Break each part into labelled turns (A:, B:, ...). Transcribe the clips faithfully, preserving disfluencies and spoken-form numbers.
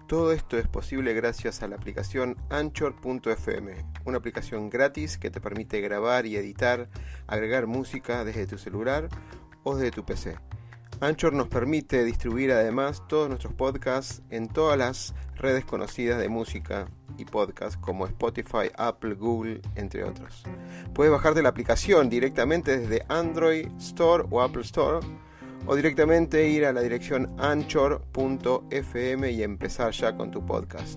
A: Todo esto es posible gracias a la aplicación Anchor punto f m, una aplicación gratis que te permite grabar y editar, agregar música desde tu celular o desde tu P C. Anchor nos permite distribuir además todos nuestros podcasts en todas las redes conocidas de música y podcast como Spotify, Apple, Google, entre otros. Puedes bajarte la aplicación directamente desde Android Store o Apple Store, o directamente ir a la dirección anchor punto f m y empezar ya con tu podcast.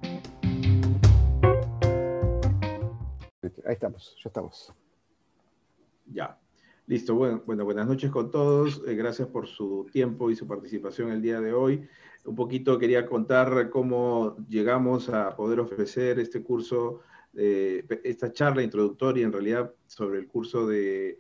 A: Ahí estamos, ya estamos.
B: Ya, listo. Bueno, bueno buenas noches con todos. Eh, gracias por su tiempo y su participación el día de hoy. Un poquito quería contar cómo llegamos a poder ofrecer este curso, eh, esta charla introductoria en realidad sobre el curso de,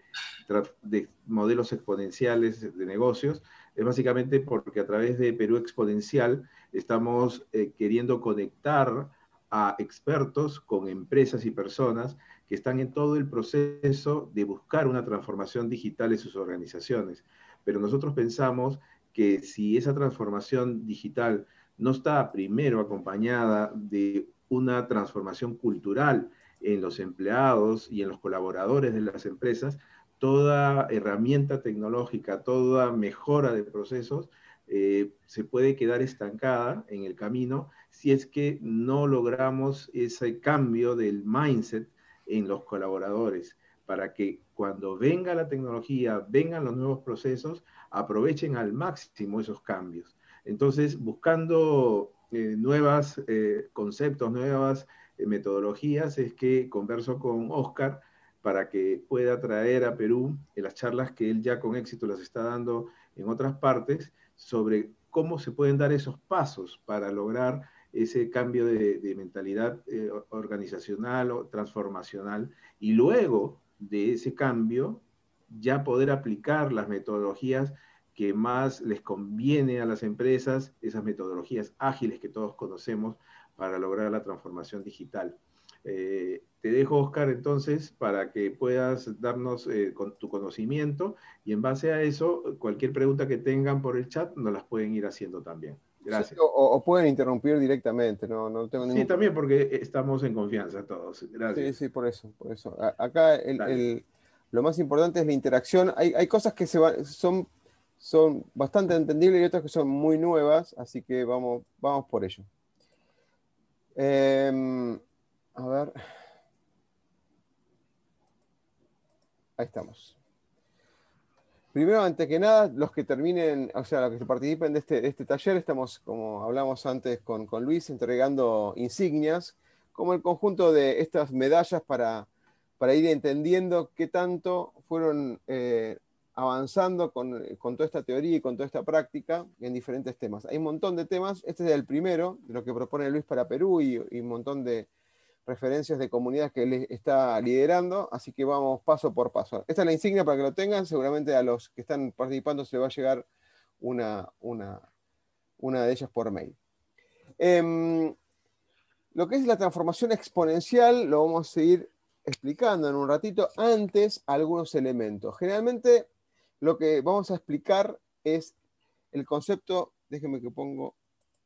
B: de modelos exponenciales de negocios. Es básicamente porque a través de Perú Exponencial estamos eh, queriendo conectar a expertos con empresas y personas que están en todo el proceso de buscar una transformación digital en sus organizaciones. Pero nosotros pensamos que si esa transformación digital no está primero acompañada de una transformación cultural en los empleados y en los colaboradores de las empresas, toda herramienta tecnológica, toda mejora de procesos eh, se puede quedar estancada en el camino si es que no logramos ese cambio del mindset en los colaboradores, para que cuando venga la tecnología, vengan los nuevos procesos, aprovechen al máximo esos cambios. Entonces, buscando eh, nuevos eh, conceptos, nuevas eh, metodologías, es que converso con Oscar para que pueda traer a Perú en las charlas que él ya con éxito las está dando en otras partes, sobre cómo se pueden dar esos pasos para lograr ese cambio de, de mentalidad eh, organizacional o transformacional, y luego de ese cambio ya poder aplicar las metodologías que más les conviene a las empresas, esas metodologías ágiles que todos conocemos para lograr la transformación digital. Eh, te dejo, Oscar, entonces, para que puedas darnos eh, con tu conocimiento, y en base a eso, cualquier pregunta que tengan por el chat nos las pueden ir haciendo también. Gracias.
A: Sí, o, o pueden interrumpir directamente, no, no tengo ningún
B: Sí, también porque estamos en confianza todos. Gracias.
A: Sí, sí, por eso, por eso. A, acá el, el, lo más importante es la interacción. Hay, hay cosas que se va, son, son bastante entendibles y otras que son muy nuevas, así que vamos, vamos por ello. Eh, a ver. Ahí estamos. Primero, antes que nada, los que terminen, o sea, los que participen de este, de este taller, estamos, como hablamos antes con, con Luis, entregando insignias, como el conjunto de estas medallas para, para ir entendiendo qué tanto fueron eh, avanzando con, con toda esta teoría y con toda esta práctica en diferentes temas. Hay un montón de temas, este es el primero, de lo que propone Luis para Perú, y, y un montón de referencias de comunidades que él está liderando, así que vamos paso por paso. Esta es la insignia para que lo tengan, seguramente a los que están participando se les va a llegar una, una, una de ellas por mail. Eh, lo que es la transformación exponencial lo vamos a seguir explicando en un ratito. Antes, algunos elementos. Generalmente lo que vamos a explicar es el concepto, déjenme que pongo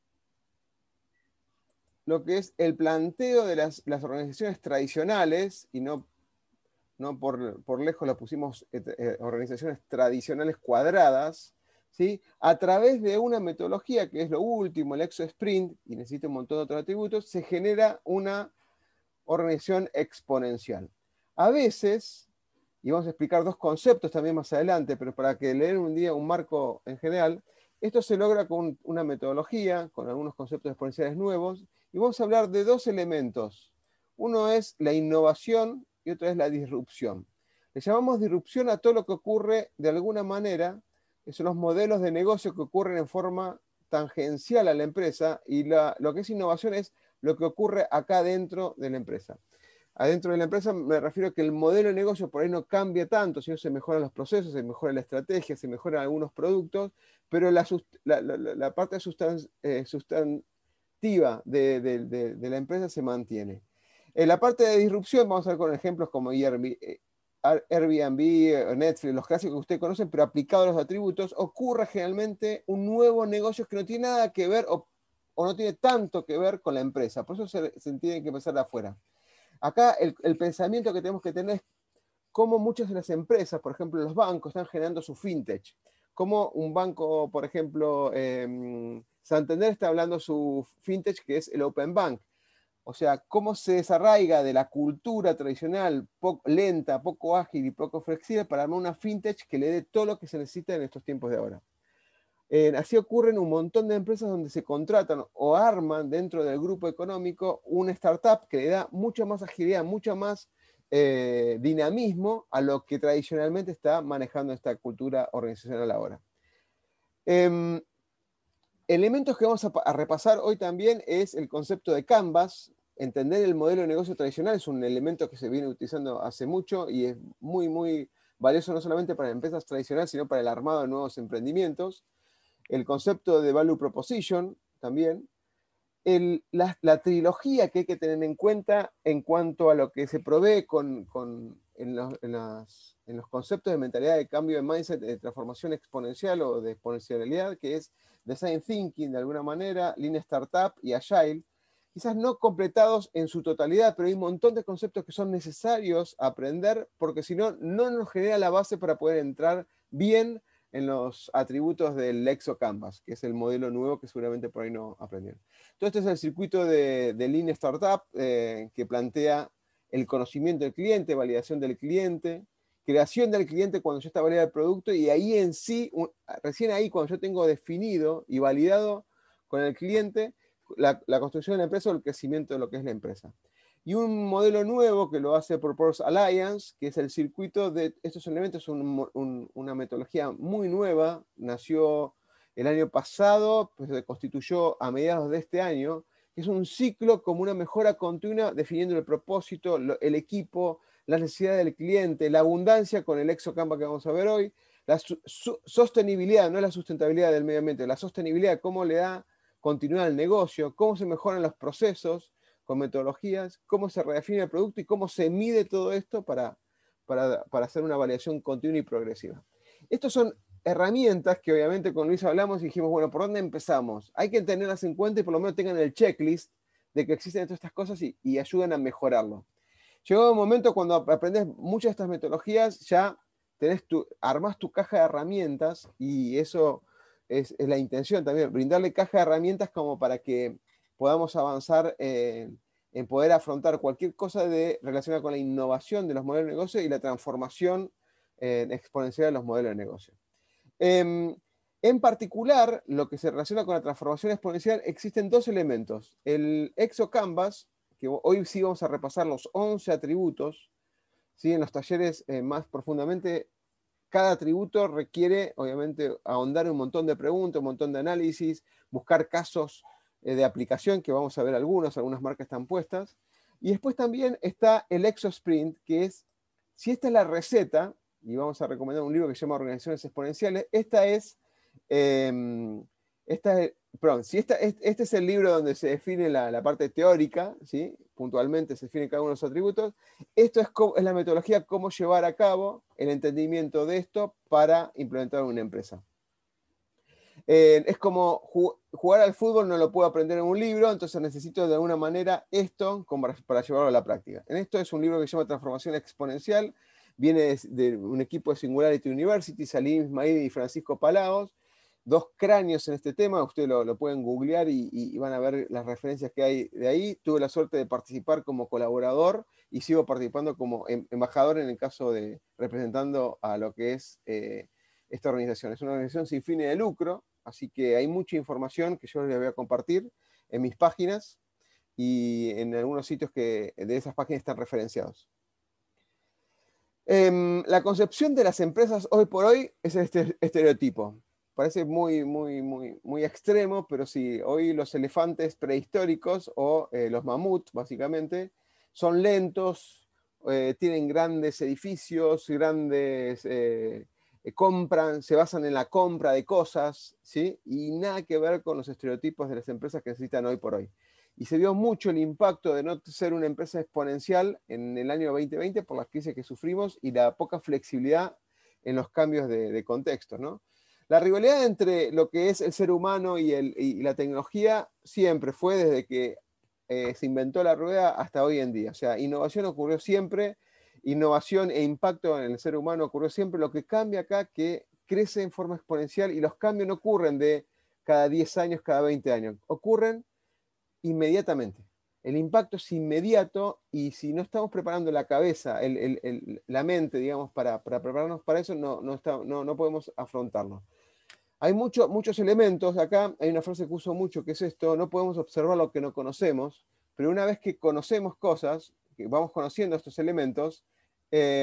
A: lo que es el planteo de las, las organizaciones tradicionales, y no, no por, por lejos la pusimos eh, organizaciones tradicionales cuadradas, ¿sí? A través de una metodología que es lo último, el Exo Sprint, y necesita un montón de otros atributos, se genera una organización exponencial. A veces, y vamos a explicar dos conceptos también más adelante, pero para que leer un día un marco en general, esto se logra con una metodología, con algunos conceptos exponenciales nuevos, y vamos a hablar de dos elementos. Uno es la innovación y otro es la disrupción. Le llamamos disrupción a todo lo que ocurre de alguna manera, que son los modelos de negocio que ocurren en forma tangencial a la empresa, y la, lo que es innovación es lo que ocurre acá dentro de la empresa. Adentro de la empresa me refiero a que el modelo de negocio por ahí no cambia tanto, sino se mejoran los procesos, se mejora la estrategia, se mejoran algunos productos, pero la, la, la, la parte sustan, eh, sustan, De, de, de, de la empresa se mantiene. En la parte de disrupción vamos a ver con ejemplos como Airbnb, Netflix, los clásicos que ustedes conocen, pero aplicados a los atributos, ocurre generalmente un nuevo negocio que no tiene nada que ver o, o no tiene tanto que ver con la empresa. Por eso se, se tiene que empezar de afuera. Acá el, el pensamiento que tenemos que tener es cómo muchas de las empresas, por ejemplo los bancos, están generando su fintech. Como un banco, por ejemplo, eh, Santander está hablando su fintech, que es el Open Bank. O sea, cómo se desarraiga de la cultura tradicional, poco, lenta, poco ágil y poco flexible para armar una fintech que le dé todo lo que se necesita en estos tiempos de ahora. Eh, así ocurren un montón de empresas donde se contratan o arman dentro del grupo económico una startup que le da mucha más agilidad, mucha más eh, dinamismo a lo que tradicionalmente está manejando esta cultura organizacional ahora. Eh, elementos que vamos a, a repasar hoy también es el concepto de Canvas. Entender el modelo de negocio tradicional es un elemento que se viene utilizando hace mucho y es muy, muy valioso no solamente para empresas tradicionales, sino para el armado de nuevos emprendimientos. El concepto de Value Proposition también, el, la, la trilogía que hay que tener en cuenta en cuanto a lo que se provee con, con, en, los, en, las, en los conceptos de mentalidad de cambio de mindset, de transformación exponencial o de exponencialidad, que es Design Thinking de alguna manera, Lean Startup y Agile, quizás no completados en su totalidad, pero hay un montón de conceptos que son necesarios aprender, porque si no, no nos genera la base para poder entrar bien en los atributos del Lexo Canvas, que es el modelo nuevo que seguramente por ahí no aprendieron. Todo este es el circuito de, de Lean Startup eh, que plantea el conocimiento del cliente, validación del cliente, creación del cliente cuando ya está validado el producto y ahí en sí, un, recién ahí cuando yo tengo definido y validado con el cliente la, la construcción de la empresa o el crecimiento de lo que es la empresa. Y un modelo nuevo que lo hace Purpose Alliance, que es el circuito de estos elementos, un, un, una metodología muy nueva, nació el año pasado, pues se constituyó a mediados de este año, que es un ciclo como una mejora continua definiendo el propósito, lo, el equipo, las necesidades del cliente, la abundancia con el ExoCanva que vamos a ver hoy, la su, su, sostenibilidad, no es la sustentabilidad del medio ambiente, la sostenibilidad, cómo le da continuidad al negocio, cómo se mejoran los procesos, con metodologías, cómo se redefine el producto y cómo se mide todo esto para, para, para hacer una validación continua y progresiva. Estos son herramientas que obviamente con Luis hablamos y dijimos, bueno, ¿por dónde empezamos? Hay que tenerlas en cuenta y por lo menos tengan el checklist de que existen todas estas cosas y, y ayuden a mejorarlo. Llegó un momento cuando aprendes muchas de estas metodologías, ya tenés tu, armás tu caja de herramientas y eso es, es la intención también, brindarle caja de herramientas como para que podamos avanzar eh, en poder afrontar cualquier cosa de, relacionada con la innovación de los modelos de negocio y la transformación eh, exponencial de los modelos de negocio. Eh, en particular, lo que se relaciona con la transformación exponencial, existen dos elementos. El ExoCanvas, que hoy sí vamos a repasar los once atributos, ¿sí? En los talleres eh, más profundamente, cada atributo requiere, obviamente, ahondar un montón de preguntas, un montón de análisis, buscar casos de aplicación, que vamos a ver algunos, algunas marcas están puestas. Y después también está el ExoSprint, que es, si esta es la receta, y vamos a recomendar un libro que se llama Organizaciones Exponenciales, esta es, eh, esta es perdón, si esta, este es el libro donde se define la, la parte teórica, ¿sí? Puntualmente se define cada uno de los atributos. Esto es, es la metodología cómo llevar a cabo el entendimiento de esto para implementar una empresa. Eh, es como jugar al fútbol, no lo puedo aprender en un libro, entonces necesito de alguna manera esto como para, para llevarlo a la práctica. En esto es un libro que se llama Transformación Exponencial, viene de, de un equipo de Singularity University, Salim Ismail y Francisco Palaos, dos cráneos en este tema, ustedes lo, lo pueden googlear y, y, y van a ver las referencias que hay de ahí. Tuve la suerte de participar como colaborador y sigo participando como em, embajador en el caso de representando a lo que es eh, esta organización. Es una organización sin fines de lucro, así que hay mucha información que yo les voy a compartir en mis páginas y en algunos sitios que de esas páginas están referenciados. Eh, la concepción de las empresas hoy por hoy es este estereotipo. Parece muy, muy, muy, muy extremo, pero sí, hoy los elefantes prehistóricos o eh, los mamuts, básicamente, son lentos, eh, tienen grandes edificios, grandes... Eh, Eh, compran, se basan en la compra de cosas, ¿sí? Y nada que ver con los estereotipos de las empresas que necesitan hoy por hoy. Y se vio mucho el impacto de no ser una empresa exponencial en el año veinte veinte por las crisis que sufrimos y la poca flexibilidad en los cambios de, de contexto, ¿no? La rivalidad entre lo que es el ser humano y, el, y la tecnología siempre fue desde que eh, se inventó la rueda hasta hoy en día. O sea, innovación ocurrió siempre, innovación e impacto en el ser humano ocurrió siempre. Lo que cambia acá es que crece en forma exponencial y los cambios no ocurren de cada diez años, cada veinte años. Ocurren inmediatamente. El impacto es inmediato y si no estamos preparando la cabeza, el, el, el, la mente, digamos, para, para prepararnos para eso, no, no, está, no, no podemos afrontarlo. Hay mucho, muchos elementos, acá hay una frase que uso mucho, que es esto: no podemos observar lo que no conocemos, pero una vez que conocemos cosas, que vamos conociendo estos elementos, eh,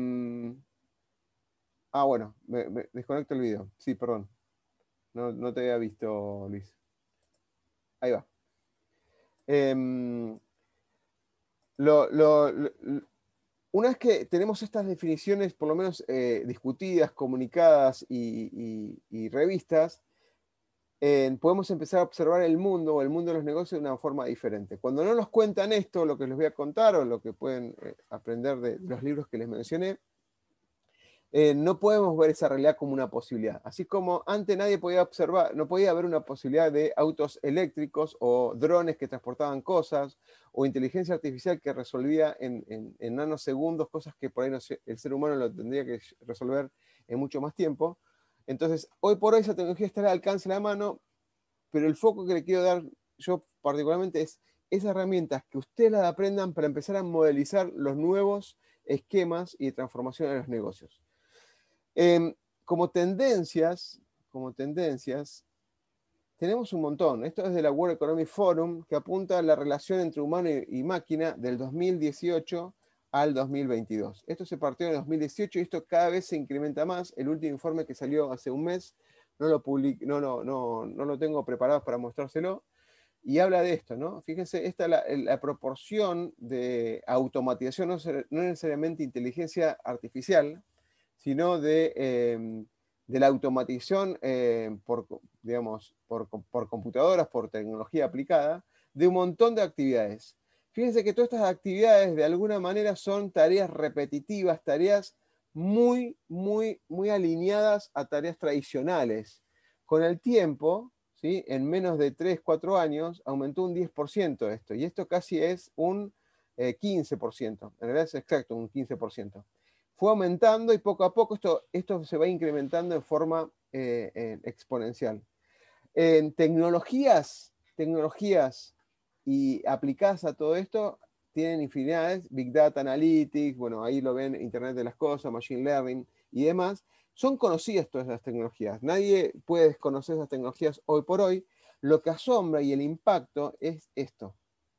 A: ah, bueno, me, me desconecto el video, sí, perdón, no, no te había visto, Luis. Ahí va. Eh, lo, lo, lo, una vez que tenemos estas definiciones, por lo menos eh, discutidas, comunicadas y, y, y revistas, eh, podemos empezar a observar el mundo o el mundo de los negocios de una forma diferente. Cuando no nos cuentan esto, lo que les voy a contar o lo que pueden eh, aprender de los libros que les mencioné, eh, no podemos ver esa realidad como una posibilidad. Así como antes nadie podía observar, no podía haber una posibilidad de autos eléctricos o drones que transportaban cosas o inteligencia artificial que resolvía en, en, en nanosegundos cosas que por ahí no sé, el ser humano lo tendría que resolver en mucho más tiempo. Entonces, hoy por hoy esa tecnología está al alcance de la mano, pero el foco que le quiero dar yo particularmente es esas herramientas que ustedes las aprendan para empezar a modelizar los nuevos esquemas y transformación de los negocios. Eh, como tendencias, como tendencias, tenemos un montón. Esto es de la World Economic Forum, que apunta a la relación entre humano y, y máquina del dos mil dieciocho al dos mil veintidós. Esto se partió en el dos mil dieciocho y esto cada vez se incrementa más. El último informe que salió hace un mes, no lo, public, no, no, no, no lo tengo preparado para mostrárselo, y habla de esto, ¿no? Fíjense, esta es la, la proporción de automatización, no, no necesariamente inteligencia artificial, sino de, eh, de la automatización eh, por, digamos, por, por computadoras, por tecnología aplicada, de un montón de actividades. Fíjense que todas estas actividades de alguna manera son tareas repetitivas, tareas muy, muy, muy alineadas a tareas tradicionales. Con el tiempo, ¿sí? En menos de tres, cuatro años, aumentó un diez por ciento esto, y esto casi es un eh, quince por ciento, en realidad es exacto, un quince por ciento. Fue aumentando y poco a poco esto, esto se va incrementando en forma eh, eh, exponencial. En tecnologías, tecnologías y aplicadas a todo esto, tienen infinidades: Big Data Analytics, bueno, ahí lo ven, Internet de las Cosas, Machine Learning y demás. Son conocidas todas las tecnologías. Nadie puede desconocer esas tecnologías hoy por hoy. Lo que asombra y el impacto es esto.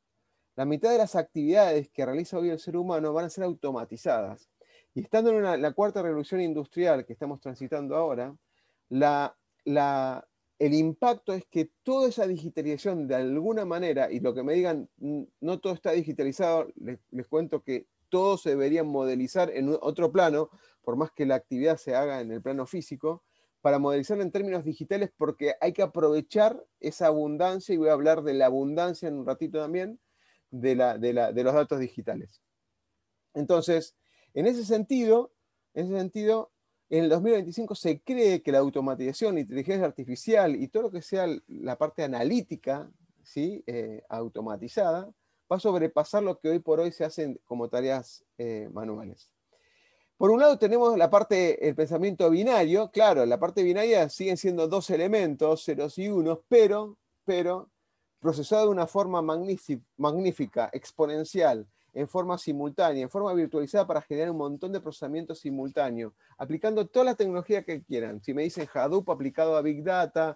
A: La mitad de las actividades que realiza hoy el ser humano van a ser automatizadas. Y estando en una, la cuarta revolución industrial que estamos transitando ahora, la, la, el impacto es que toda esa digitalización de alguna manera, y lo que me digan, no todo está digitalizado, les, les cuento que todo se debería modelizar en otro plano, por más que la actividad se haga en el plano físico, para modelizarlo en términos digitales, porque hay que aprovechar esa abundancia, y voy a hablar de la abundancia en un ratito también, de, la, de, la, de los datos digitales. Entonces, en ese sentido, en ese sentido, en el dos mil veinticinco se cree que la automatización, la inteligencia artificial y todo lo que sea la parte analítica, ¿sí? eh, automatizada, va a sobrepasar lo que hoy por hoy se hacen como tareas eh, manuales. Por un lado tenemos la parte, el pensamiento binario. Claro, la parte binaria siguen siendo dos elementos, ceros y unos, pero, pero procesado de una forma magnífica, exponencial, en forma simultánea, en forma virtualizada, para generar un montón de procesamientos simultáneos, aplicando toda la tecnología que quieran. Si me dicen Hadoop aplicado a Big Data,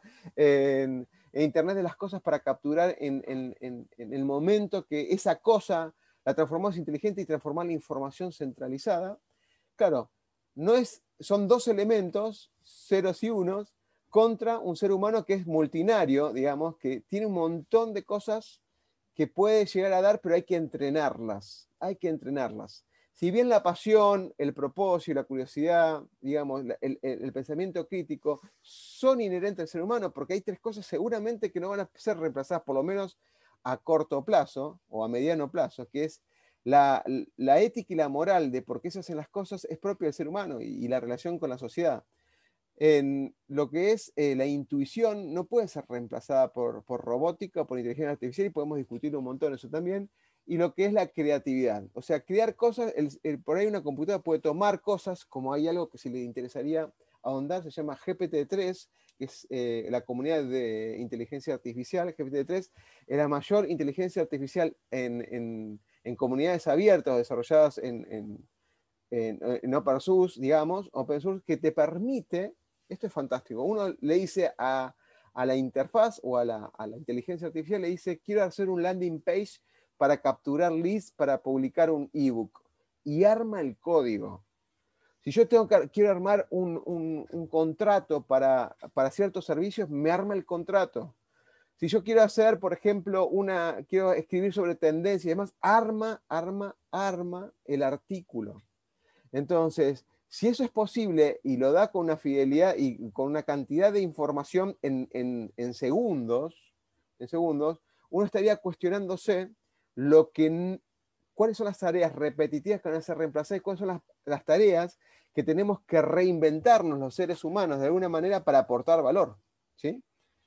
A: en, en Internet de las Cosas, para capturar en, en, en, en el momento que esa cosa la transformamos inteligente y transformar la información centralizada. Claro, no es, son dos elementos, ceros y unos, contra un ser humano que es multinario, digamos, que tiene un montón de cosas que puede llegar a dar, pero hay que entrenarlas, hay que entrenarlas. Si bien la pasión, el propósito, la curiosidad, digamos, el, el, el pensamiento crítico son inherentes al ser humano, porque hay tres cosas seguramente que no van a ser reemplazadas, por lo menos a corto plazo o a mediano plazo, que es la, la ética y la moral de por qué se hacen las cosas, es propio del ser humano, y, y la relación con la sociedad. en lo que es eh, la intuición no puede ser reemplazada por, por robótica o por inteligencia artificial, y podemos discutir un montón eso también, y lo que es la creatividad. O sea, crear cosas, el, el, por ahí una computadora puede tomar cosas, como hay algo que si le interesaría ahondar, se llama G P T tres, que es eh, la comunidad de inteligencia artificial. G P T tres es la mayor inteligencia artificial en, en, en comunidades abiertas, desarrolladas en, en, en, en open source, digamos, open source, que te permite, esto es fantástico, uno le dice a, a la interfaz o a la, a la inteligencia artificial, le dice, quiero hacer un landing page para capturar leads, para publicar un ebook, y arma el código. Si yo tengo que, quiero armar un, un, un contrato para, para ciertos servicios, me arma el contrato. Si yo quiero hacer, por ejemplo, una, quiero escribir sobre tendencia y demás, arma, arma, arma el artículo. Entonces, si eso es posible y lo da con una fidelidad y con una cantidad de información en, en, en segundos, en segundos, uno estaría cuestionándose lo que, cuáles son las tareas repetitivas que van a ser reemplazadas y cuáles son las, las tareas que tenemos que reinventarnos los seres humanos de alguna manera para aportar valor. ¿Sí?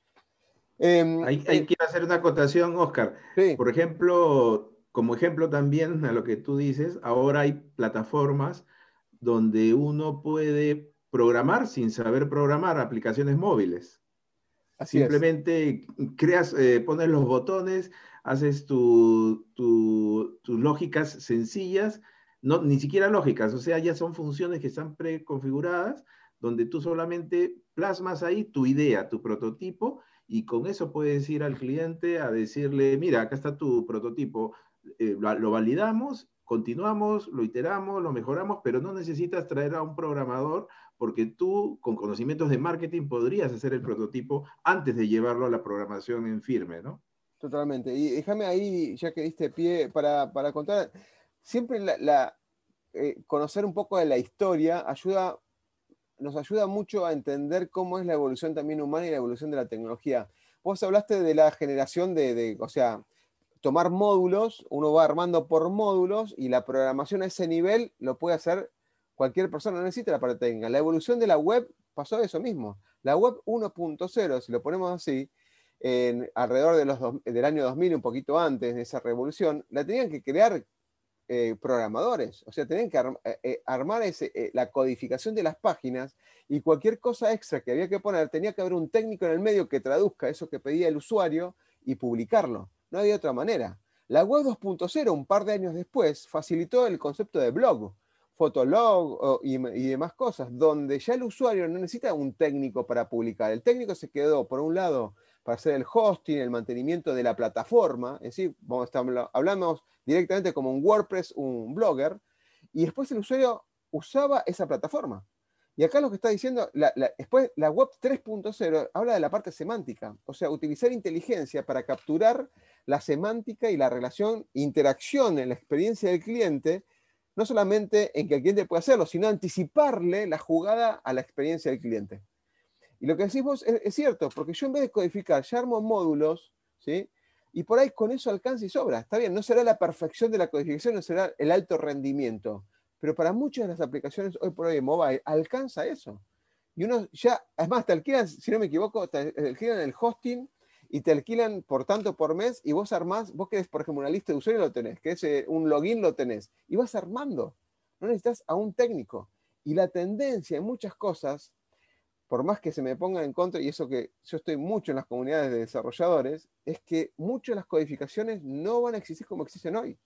A: Eh,
B: Ahí, ahí
A: eh,
B: quiero hacer una acotación, Oscar.
A: sí,
B: Por ejemplo, como ejemplo también a lo que tú dices, ahora hay plataformas donde uno puede programar sin saber programar aplicaciones móviles.
A: así es.
B: Simplemente creas, eh, pones los botones, haces tu, tu- tus lógicas sencillas, no, ni siquiera lógicas, o sea, ya son funciones que están preconfiguradas, donde tú solamente plasmas ahí tu idea, tu prototipo, y con eso puedes ir al cliente a decirle, mira, acá está tu prototipo, eh, lo, lo validamos, continuamos, lo iteramos, lo mejoramos, pero no necesitas traer a un programador porque tú, con conocimientos de marketing, podrías hacer el prototipo antes de llevarlo a la programación en firme, ¿no?
A: Totalmente. Y déjame ahí, ya que diste pie, para, para contar, siempre la, la, eh, conocer un poco de la historia ayuda, nos ayuda mucho a entender cómo es la evolución también humana y la evolución de la tecnología. Vos hablaste de la generación de, de, o sea, tomar módulos, uno va armando por módulos y la programación a ese nivel lo puede hacer cualquier persona, no necesita la parte técnica. La evolución de la web pasó eso mismo. La web uno punto cero, si lo ponemos así, en, alrededor de los dos, del año dos mil, un poquito antes de esa revolución, la tenían que crear eh, programadores, o sea, tenían que arm, eh, armar ese, eh, la codificación de las páginas, y cualquier cosa extra que había que poner, tenía que haber un técnico en el medio que traduzca eso que pedía el usuario y publicarlo. No había otra manera. La web dos punto cero, un par de años después, facilitó el concepto de blog, Fotolog o, y, y demás cosas, donde ya el usuario no necesita un técnico para publicar. El técnico se quedó, por un lado, para hacer el hosting, el mantenimiento de la plataforma, es decir, vamos a estar, hablamos directamente como un WordPress, un blogger, y después el usuario usaba esa plataforma. Y acá lo que está diciendo, la, la, después la web tres punto cero habla de la parte semántica, o sea, utilizar inteligencia para capturar la semántica y la relación, interacción en la experiencia del cliente, no solamente en que el cliente puede hacerlo, sino anticiparle la jugada a la experiencia del cliente. Y lo que decís vos es, es cierto, porque yo en vez de codificar, ya armo módulos, ¿sí? Y por ahí con eso alcanza y sobra. Está bien, no será la perfección de la codificación, no será el alto rendimiento, pero para muchas de las aplicaciones hoy por hoy de mobile alcanza eso. Y uno ya, además te alquilan, si no me equivoco, te alquilan el hosting y te alquilan por tanto por mes, y vos armás, vos querés, por ejemplo, una lista de usuarios, lo tenés, querés eh, un login, lo tenés, y vas armando. No necesitas a un técnico. Y la tendencia en muchas cosas, por más que se me ponga en contra, y eso que yo estoy mucho en las comunidades de desarrolladores, es que muchas de las codificaciones no van a existir como existen hoy.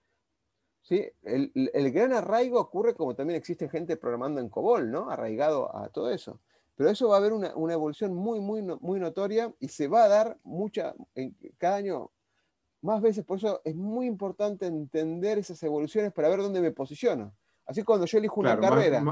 A: ¿Sí? El, el gran arraigo ocurre como también existe gente programando en COBOL, ¿no? Arraigado a todo eso. Pero eso va a haber una, una evolución muy, muy, muy notoria, y se va a dar mucha, en, cada año más veces. Por eso es muy importante entender esas evoluciones para ver dónde me posiciono. Así, cuando yo elijo una
B: Claro, más,
A: carrera.
B: más,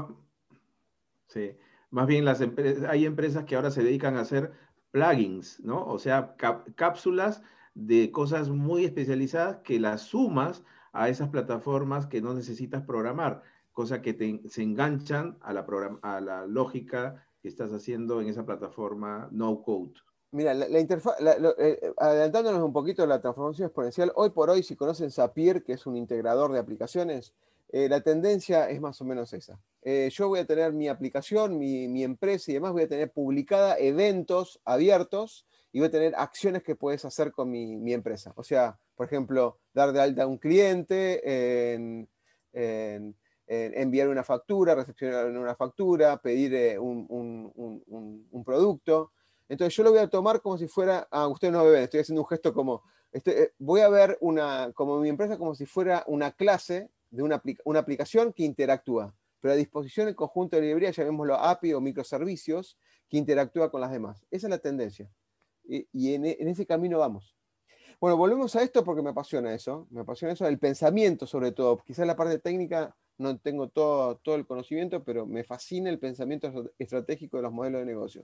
B: sí. Más bien las empresas, hay empresas que ahora se dedican a hacer plugins, ¿no? O sea, cap- cápsulas de cosas muy especializadas que las sumas a esas plataformas que no necesitas programar, cosa que te, se enganchan a la, program- a la lógica que estás haciendo en esa plataforma no code.
A: Mira, la, la interfaz, la- lo- eh, adelantándonos un poquito a la transformación exponencial, hoy por hoy, si conocen Zapier, que es un integrador de aplicaciones, eh, la tendencia es más o menos esa. Eh, yo voy a tener mi aplicación, mi, mi empresa y demás, voy a tener publicada eventos abiertos y voy a tener acciones que puedes hacer con mi, mi empresa. O sea, por ejemplo, dar de alta a un cliente, en, en, en enviar una factura, recepcionar una factura, pedir eh, un, un, un, un producto. Entonces yo lo voy a tomar como si fuera, ah, ustedes no me ven, estoy haciendo un gesto como, este, voy a ver una, como mi empresa como si fuera una clase de una, una aplicación que interactúa, pero a disposición el conjunto de librerías, llamémoslo A P I o microservicios, que interactúa con las demás. Esa es la tendencia. Y, y en, en ese camino vamos. Bueno, volvemos a esto porque me apasiona eso. Me apasiona eso del pensamiento sobre todo. Quizás la parte técnica no tengo todo, todo el conocimiento, pero me fascina el pensamiento estratégico de los modelos de negocio.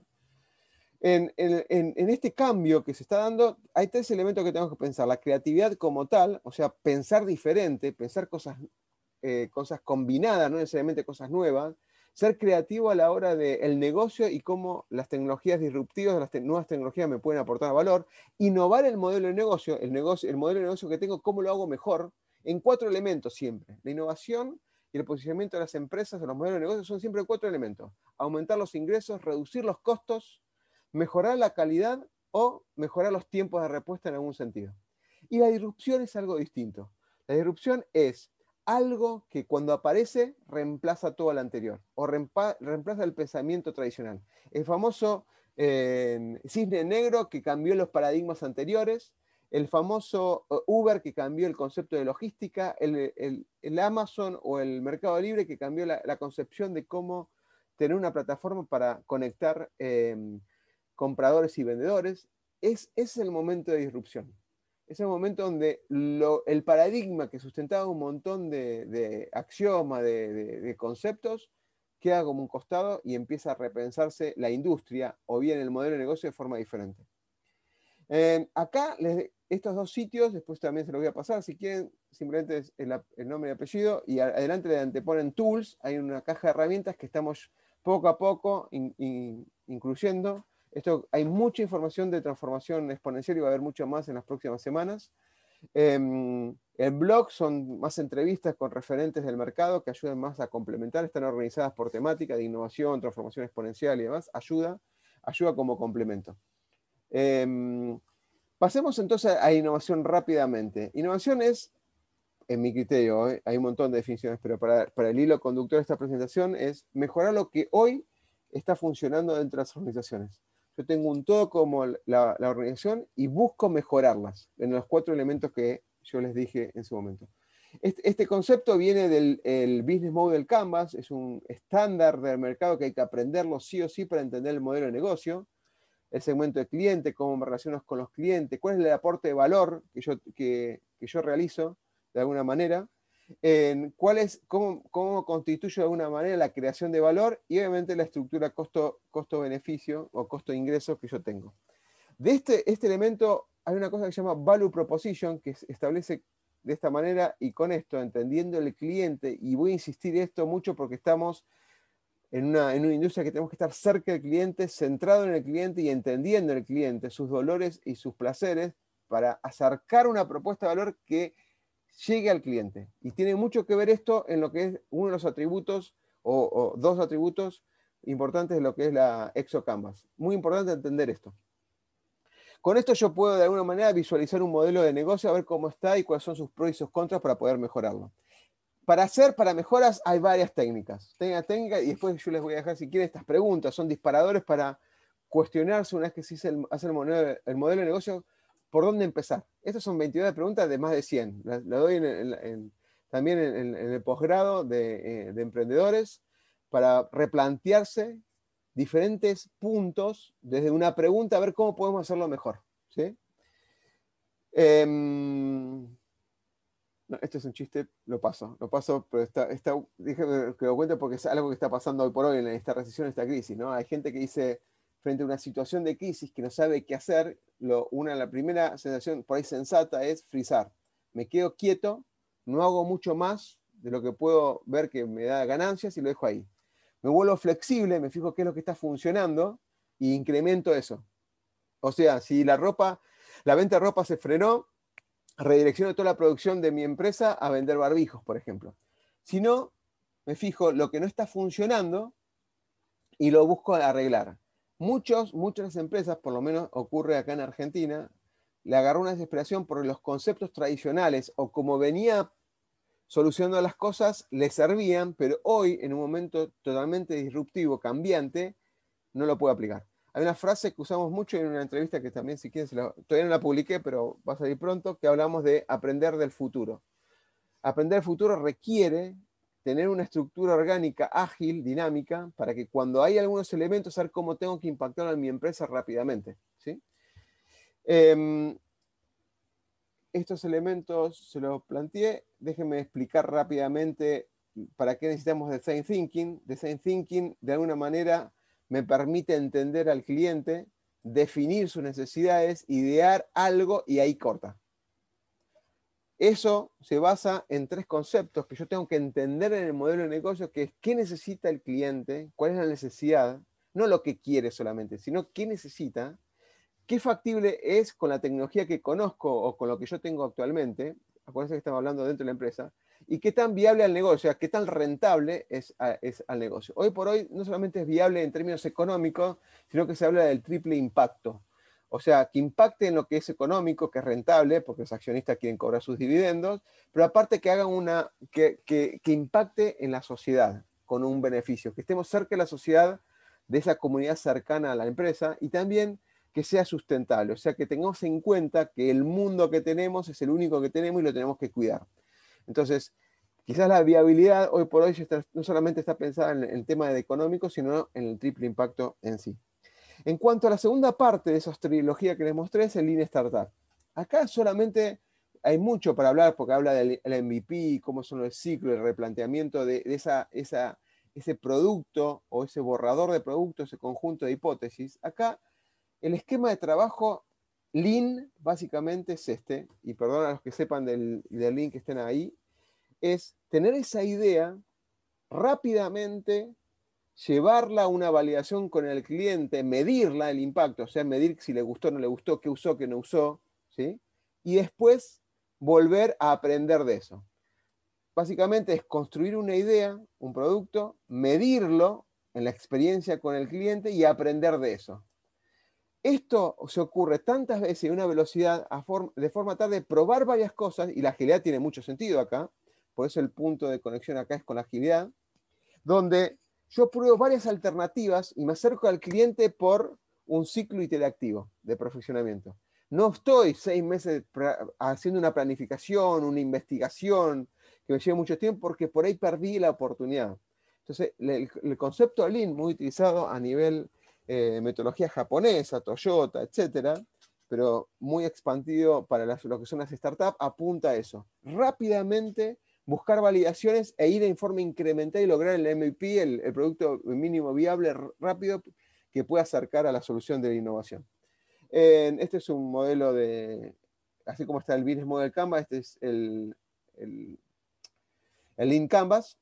A: En, en, en, este cambio que se está dando, hay tres elementos que tenemos que pensar. La creatividad como tal, o sea, pensar diferente, pensar cosas, eh, cosas combinadas, no necesariamente cosas nuevas. Ser creativo a la hora del negocio y cómo las tecnologías disruptivas, las te nuevas tecnologías me pueden aportar valor. Innovar el modelo de negocio, el, negocio, el modelo de negocio que tengo, cómo lo hago mejor, en cuatro elementos siempre. La innovación y el posicionamiento de las empresas, de los modelos de negocio, son siempre cuatro elementos. Aumentar los ingresos, reducir los costos, mejorar la calidad o mejorar los tiempos de respuesta en algún sentido. Y la disrupción es algo distinto. La disrupción es algo que cuando aparece reemplaza todo lo anterior o reemplaza el pensamiento tradicional. El famoso eh, cisne negro que cambió los paradigmas anteriores, el famoso Uber que cambió el concepto de logística, el, el, el Amazon o el Mercado Libre que cambió la, la concepción de cómo tener una plataforma para conectar eh, compradores y vendedores. Es, es el momento de disrupción. Es el momento donde lo, el paradigma que sustentaba un montón de, de axiomas, de, de, de conceptos, queda como un costado y empieza a repensarse la industria o bien el modelo de negocio de forma diferente. Eh, acá, les, estos dos sitios, después también se los voy a pasar, si quieren, simplemente es el, el nombre y apellido, y adelante le anteponen tools, hay una caja de herramientas que estamos poco a poco in, in, incluyendo. Esto, hay mucha información de transformación exponencial y va a haber mucho más en las próximas semanas. Eh, el blog son más entrevistas con referentes del mercado que ayudan más a complementar, están organizadas por temática de innovación, transformación exponencial y demás, ayuda, ayuda como complemento. Eh, pasemos entonces a innovación rápidamente. Innovación es, en mi criterio, ¿eh? Hay un montón de definiciones, pero para, para el hilo conductor de esta presentación es mejorar lo que hoy está funcionando dentro de las organizaciones. Yo tengo un todo como la, la organización y busco mejorarlas en los cuatro elementos que yo les dije en su momento. Este, este concepto viene del el Business Model Canvas, es un estándar del mercado que hay que aprenderlo sí o sí para entender el modelo de negocio. El segmento de cliente, cómo me relaciono con los clientes, cuál es el aporte de valor que yo, que, que yo realizo de alguna manera, en cuál es, cómo, cómo constituyo de alguna manera la creación de valor y obviamente la estructura costo, costo-beneficio o costo-ingreso que yo tengo. De este, este elemento hay una cosa que se llama Value Proposition, que establece de esta manera y con esto, entendiendo el cliente, y voy a insistir esto mucho porque estamos en una, en una industria que tenemos que estar cerca del cliente, centrado en el cliente y entendiendo el cliente, sus dolores y sus placeres, para acercar una propuesta de valor que llegue al cliente. Y tiene mucho que ver esto en lo que es uno de los atributos o, o dos atributos importantes de lo que es la Exo Canvas. Muy importante entender esto. Con esto yo puedo de alguna manera visualizar un modelo de negocio, a ver cómo está y cuáles son sus pros y sus contras para poder mejorarlo. Para hacer, para mejoras, hay varias técnicas. Técnica, técnica, y después yo les voy a dejar, si quieren, estas preguntas. Son disparadores para cuestionarse una vez que se hace el, hace el, modelo, el modelo de negocio, por dónde empezar. Estas son veintidós preguntas de más de cien. Las la doy en, en, en, también en, en el posgrado de, eh, de emprendedores para replantearse diferentes puntos desde una pregunta a ver cómo podemos hacerlo mejor. ¿Sí? Eh, no, este es un chiste, lo paso, lo paso, pero está, está, dije que lo cuente porque es algo que está pasando hoy por hoy en esta recesión, esta crisis, ¿no? Hay gente que dice, frente a una situación de crisis que no sabe qué hacer, lo, una, la primera sensación por ahí sensata es frizar. Me quedo quieto, no hago mucho más de lo que puedo ver que me da ganancias y lo dejo ahí. Me vuelvo flexible, me fijo qué es lo que está funcionando e incremento eso. O sea, si la ropa, la venta de ropa se frenó, redirecciono toda la producción de mi empresa a vender barbijos, por ejemplo. sino me fijo lo que no está funcionando y lo busco arreglar. Muchos, muchas empresas, por lo menos ocurre acá en Argentina, le agarró una desesperación porque los conceptos tradicionales o como venía solucionando las cosas le servían, pero hoy, en un momento totalmente disruptivo, cambiante, no lo puedo aplicar. Hay una frase que usamos mucho en una entrevista que también, si quieren, la, todavía no la publiqué, pero va a salir pronto, que hablamos de aprender del futuro. Aprender del futuro requiere tener una estructura orgánica ágil, dinámica, para que cuando hay algunos elementos, saber cómo tengo que impactar en mi empresa rápidamente, ¿sí? Eh, estos elementos se los planteé. Déjenme explicar rápidamente para qué necesitamos Design Thinking. Design Thinking, de alguna manera, me permite entender al cliente, definir sus necesidades, idear algo y ahí corta. Eso se basa en tres conceptos que yo tengo que entender en el modelo de negocio, que es qué necesita el cliente, cuál es la necesidad, no lo que quiere solamente, sino qué necesita, qué factible es con la tecnología que conozco o con lo que yo tengo actualmente, acuérdense que estamos hablando dentro de la empresa, y qué tan viable al negocio, o sea, qué tan rentable es, a, es al negocio. Hoy por hoy no solamente es viable en términos económicos, sino que se habla del triple impacto. O sea, que impacte en lo que es económico, que es rentable, porque los accionistas quieren cobrar sus dividendos, pero aparte que hagan una, que, que, que impacte en la sociedad con un beneficio, que estemos cerca de la sociedad, de esa comunidad cercana a la empresa, y también que sea sustentable, o sea, que tengamos en cuenta que el mundo que tenemos es el único que tenemos y lo tenemos que cuidar. Entonces, quizás la viabilidad hoy por hoy está, no solamente está pensada en el tema de económico, sino en el triple impacto en sí. En cuanto a la segunda parte de esa trilogía que les mostré, es el Lean Startup. Acá solamente hay mucho para hablar porque habla del M V P, cómo son los ciclos, el replanteamiento de, de esa, esa, ese producto o ese borrador de producto, ese conjunto de hipótesis. Acá el esquema de trabajo Lean básicamente es este, y perdón a los que sepan del, del Lean que estén ahí, es tener esa idea rápidamente, llevarla a una validación con el cliente, medirla, el impacto, o sea, medir si le gustó o no le gustó, qué usó, qué no usó, ¿sí? Y después volver a aprender de eso. Básicamente es construir una idea, un producto, medirlo en la experiencia con el cliente y aprender de eso. Esto se ocurre tantas veces a una velocidad a forma, de forma tal de probar varias cosas, y la agilidad tiene mucho sentido acá, por eso el punto de conexión acá es con la agilidad, donde yo pruebo varias alternativas y me acerco al cliente por un ciclo iterativo de perfeccionamiento. No estoy seis meses haciendo una planificación, una investigación que me lleve mucho tiempo porque por ahí perdí la oportunidad. Entonces, el, el concepto de Lean, muy utilizado a nivel eh, metodología japonesa, Toyota, etcétera, pero muy expandido para las, lo que son las startups, apunta a eso. Rápidamente buscar validaciones e ir en forma incremental y lograr el M V P, el, el producto mínimo viable rápido que pueda acercar a la solución de la innovación. Eh, este es un modelo de, así como está el Business Model Canvas, este es el, el, el Lean Canvas.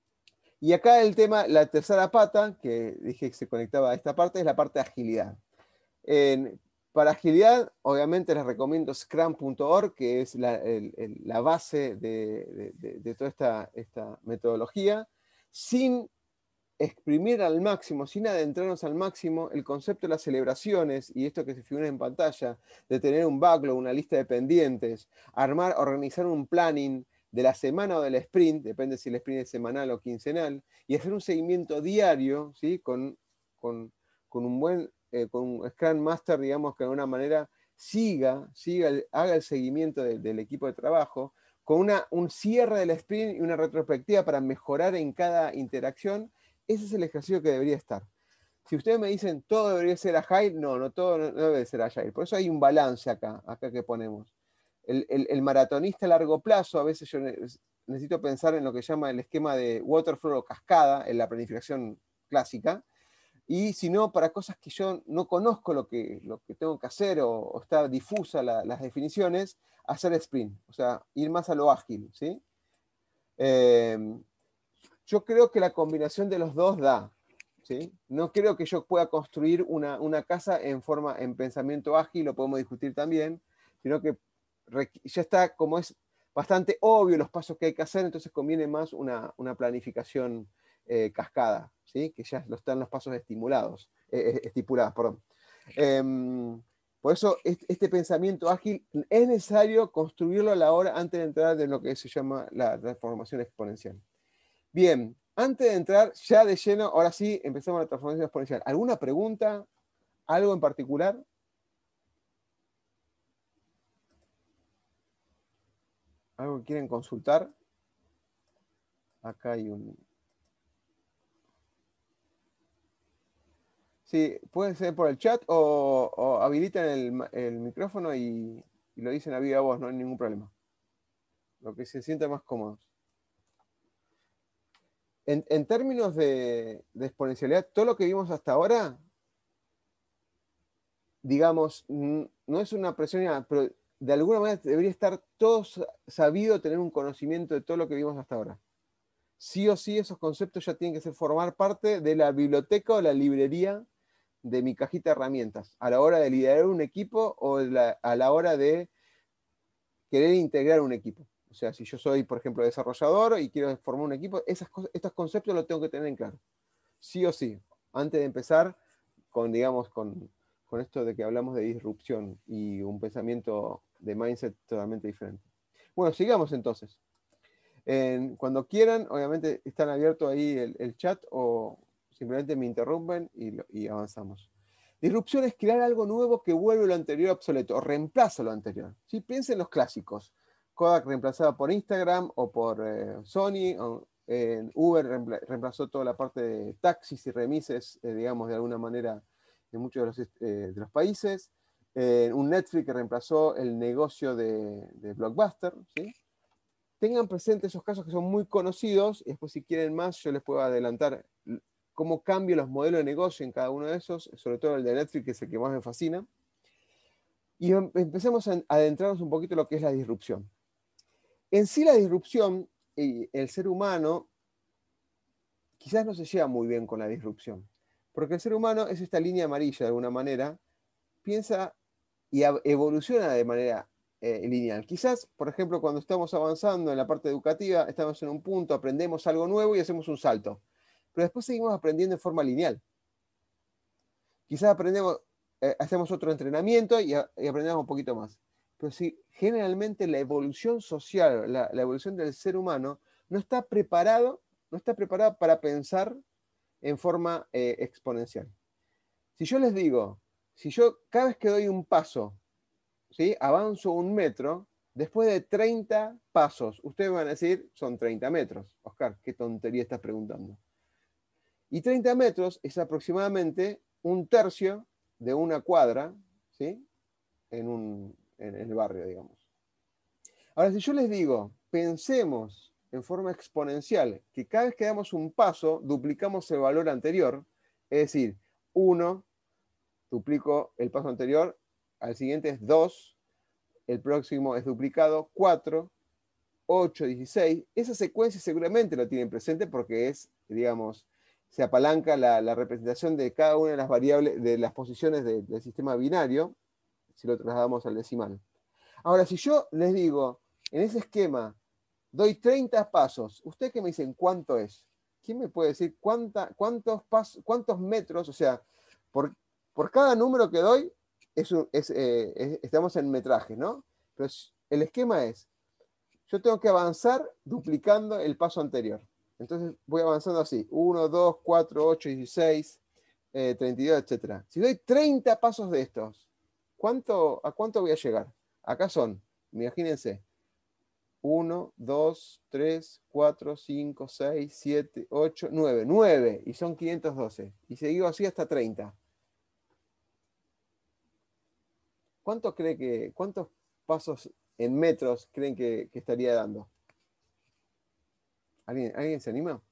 A: Y acá el tema, la tercera pata, que dije que se conectaba a esta parte, es la parte de agilidad. En, para agilidad, obviamente les recomiendo scrum punto org, que es la, el, el, la base de, de, de toda esta, esta metodología, sin exprimir al máximo, sin adentrarnos al máximo, el concepto de las celebraciones, y esto que se figura en pantalla, de tener un backlog, una lista de pendientes, armar, organizar un planning de la semana o del sprint, depende si el sprint es semanal o quincenal, y hacer un seguimiento diario, ¿sí? con, con, con un buen... Eh, con un Scrum Master, digamos, que de alguna manera siga, siga haga el seguimiento de, del equipo de trabajo, con una, un cierre del sprint y una retrospectiva para mejorar en cada interacción. Ese es el ejercicio que debería estar. Si ustedes me dicen, todo debería ser Agile, no, no todo no, no debe ser Agile. Por eso hay un balance acá, acá que ponemos. El, el, el maratonista a largo plazo, a veces yo necesito pensar en lo que llama el esquema de waterfall o cascada, en la planificación clásica, y si no, para cosas que yo no conozco lo que, lo que tengo que hacer o, o está difusa la, las definiciones, hacer sprint, o sea, ir más a lo ágil, ¿sí? Eh, yo creo que la combinación de los dos da, ¿sí? No creo que yo pueda construir una, una casa en forma, en pensamiento ágil, lo podemos discutir también, sino que ya está como es bastante obvio los pasos que hay que hacer, entonces conviene más una, una planificación eh, cascada, ¿sí? Que ya están los pasos estimulados, eh, estipulados. Perdón. Eh, por eso este, este pensamiento ágil es necesario construirlo a la hora antes de entrar en lo que se llama la transformación exponencial. Bien, antes de entrar ya de lleno, ahora sí empezamos la transformación exponencial. ¿Alguna pregunta? ¿Algo en particular? ¿Algo que quieren consultar? Acá hay un... Sí, puede ser por el chat o, o habilitan el, el micrófono y, y lo dicen a viva voz, no hay ningún problema. Lo que se sienta más cómodo. En, en términos de, de exponencialidad, todo lo que vimos hasta ahora, digamos, no es una presión, pero de alguna manera debería estar todo sabido, tener un conocimiento de todo lo que vimos hasta ahora. Sí o sí, esos conceptos ya tienen que ser, formar parte de la biblioteca o la librería de mi cajita de herramientas, a la hora de liderar un equipo o la, a la hora de querer integrar un equipo. O sea, si yo soy, por ejemplo, desarrollador y quiero formar un equipo, esas cosas, estos conceptos los tengo que tener en claro. Sí o sí, antes de empezar con, digamos, con, con esto de que hablamos de disrupción y un pensamiento de mindset totalmente diferente. Bueno, sigamos entonces. En, cuando quieran, obviamente están abiertos ahí el, el chat o simplemente me interrumpen y, y avanzamos. Disrupción es crear algo nuevo que vuelve lo anterior obsoleto o reemplaza lo anterior. ¿Sí? Piensen en los clásicos. Kodak reemplazada por Instagram o por eh, Sony. O, eh, Uber reemplazó toda la parte de taxis y remises, eh, digamos, de alguna manera en muchos de los, eh, de los países. Eh, un Netflix que reemplazó el negocio de, de Blockbuster, ¿sí? Tengan presente esos casos que son muy conocidos y después si quieren más yo les puedo adelantar cómo cambian los modelos de negocio en cada uno de esos, sobre todo el de Netflix, que es el que más me fascina. Y empecemos a adentrarnos un poquito en lo que es la disrupción. En sí la disrupción, y el ser humano quizás no se lleva muy bien con la disrupción, porque el ser humano es esta línea amarilla de alguna manera, piensa y evoluciona de manera eh, lineal. Quizás, por ejemplo, cuando estamos avanzando en la parte educativa, estamos en un punto, aprendemos algo nuevo y hacemos un salto. Pero después seguimos aprendiendo en forma lineal. Quizás aprendemos, eh, hacemos otro entrenamiento y, a, y, aprendemos un poquito más. Pero si generalmente la evolución social, la, la evolución del ser humano, no está preparado, no está preparado para pensar en forma eh, exponencial. Si yo les digo, si yo cada vez que doy un paso, ¿sí? Avanzo un metro, después de treinta pasos, ustedes van a decir, son treinta metros. Oscar, ¿qué tontería estás preguntando? Y treinta metros es aproximadamente un tercio de una cuadra, ¿sí? En, un, en el barrio, digamos. Ahora, si yo les digo, pensemos en forma exponencial, que cada vez que damos un paso, duplicamos el valor anterior, es decir, uno, duplico el paso anterior, al siguiente es dos, el próximo es duplicado, cuatro, ocho, dieciséis. Esa secuencia seguramente lo tienen presente porque es, digamos, se apalanca la, la representación de cada una de las variables, de las posiciones de, del sistema binario, si lo trasladamos al decimal. Ahora, si yo les digo, en ese esquema, doy treinta pasos, ¿ustedes qué me dicen cuánto es? ¿Quién me puede decir cuánta, cuántos, pasos, cuántos metros? O sea, por, por cada número que doy, es un, es, eh, es, estamos en metraje, ¿no? Pero el esquema es, yo tengo que avanzar duplicando el paso anterior. Entonces voy avanzando así, uno, dos, cuatro, ocho, dieciséis, eh, treinta y dos, etcétera. Si doy treinta pasos de estos, ¿cuánto, ¿a cuánto voy a llegar? Acá son, imagínense, uno, dos, tres, cuatro, cinco, seis, siete, ocho, nueve. nueve, y son quinientos doce. Y seguido así hasta treinta. ¿Cuánto cree que, cuántos pasos en metros creen que, que estaría dando? ¿Alguien, ¿Alguien se anima?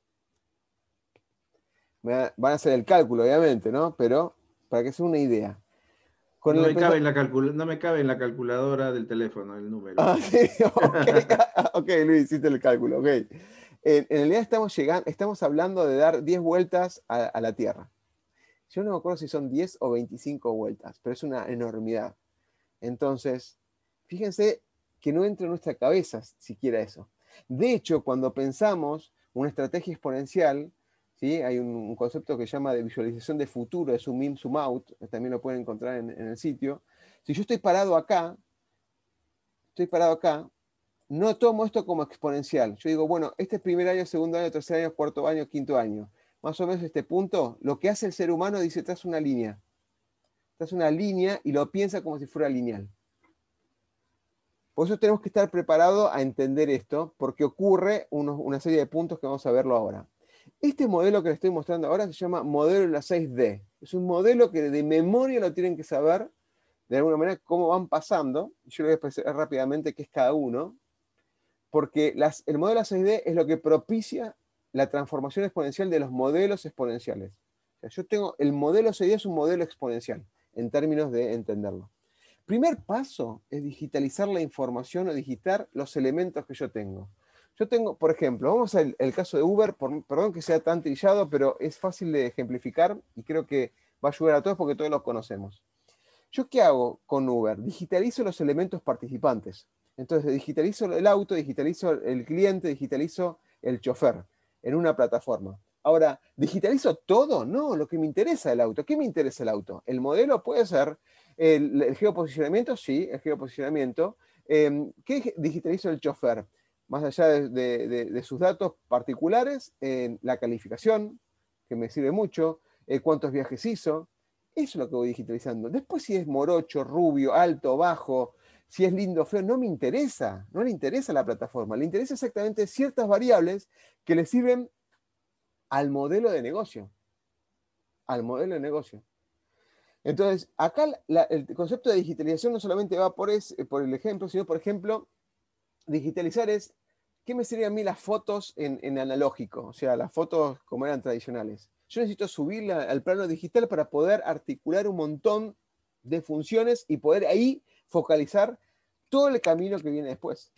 A: Van a hacer el cálculo, obviamente, ¿no? Pero para que sea una idea.
B: Con no, me cabe en la calcul... no me cabe en la calculadora del teléfono el número.
A: Ah, sí, okay. Ok, Luis, hiciste el cálculo. Okay. En, en realidad estamos, llegando, estamos hablando de dar diez vueltas a, a la Tierra. Yo no me acuerdo si son diez o veinticinco vueltas, pero es una enormidad. Entonces, fíjense que no entra en nuestra cabeza siquiera eso. De hecho, cuando pensamos una estrategia exponencial, ¿sí? Hay un, un concepto que se llama de visualización de futuro, es un zoom in, zoom out, también lo pueden encontrar en, en el sitio. Si yo estoy parado acá, estoy parado acá, no tomo esto como exponencial. Yo digo, bueno, este es primer año, segundo año, tercer año, cuarto año, quinto año. Más o menos este punto, lo que hace el ser humano dice, traza una línea. Traza una línea y lo piensa como si fuera lineal. Por eso tenemos que estar preparados a entender esto, porque ocurre unos, una serie de puntos que vamos a verlo ahora. Este modelo que les estoy mostrando ahora se llama modelo de la seis D. Es un modelo que de memoria lo tienen que saber, de alguna manera, cómo van pasando. Yo les voy a explicar rápidamente qué es cada uno. Porque las, el modelo A seis D es lo que propicia la transformación exponencial de los modelos exponenciales. O sea, yo tengo, el modelo A seis D es un modelo exponencial, en términos de entenderlo. Primer paso es digitalizar la información o digitar los elementos que yo tengo. Yo tengo, por ejemplo, vamos al el caso de Uber, por, perdón que sea tan trillado, pero es fácil de ejemplificar y creo que va a ayudar a todos porque todos los conocemos. ¿Yo qué hago con Uber? Digitalizo los elementos participantes. Entonces, digitalizo el auto, digitalizo el cliente, digitalizo el chofer en una plataforma. Ahora, ¿digitalizo todo? No, lo que me interesa el auto. ¿Qué me interesa el auto? El modelo puede ser el, el geoposicionamiento, sí, el geoposicionamiento. Eh, ¿Qué digitalizo el chofer? Más allá de, de, de, de sus datos particulares, eh, la calificación, que me sirve mucho, eh, cuántos viajes hizo. Eso es lo que voy digitalizando. Después si es morocho, rubio, alto, bajo, si es lindo o feo, no me interesa. No le interesa a la plataforma. Le interesa exactamente ciertas variables que le sirven al modelo de negocio. Al modelo de negocio. Entonces, acá la, el concepto de digitalización no solamente va por, es, por el ejemplo, sino, por ejemplo, digitalizar es, ¿qué me serían a mí las fotos en, en analógico? O sea, las fotos como eran tradicionales. Yo necesito subirla al plano digital para poder articular un montón de funciones y poder ahí focalizar todo el camino que viene después.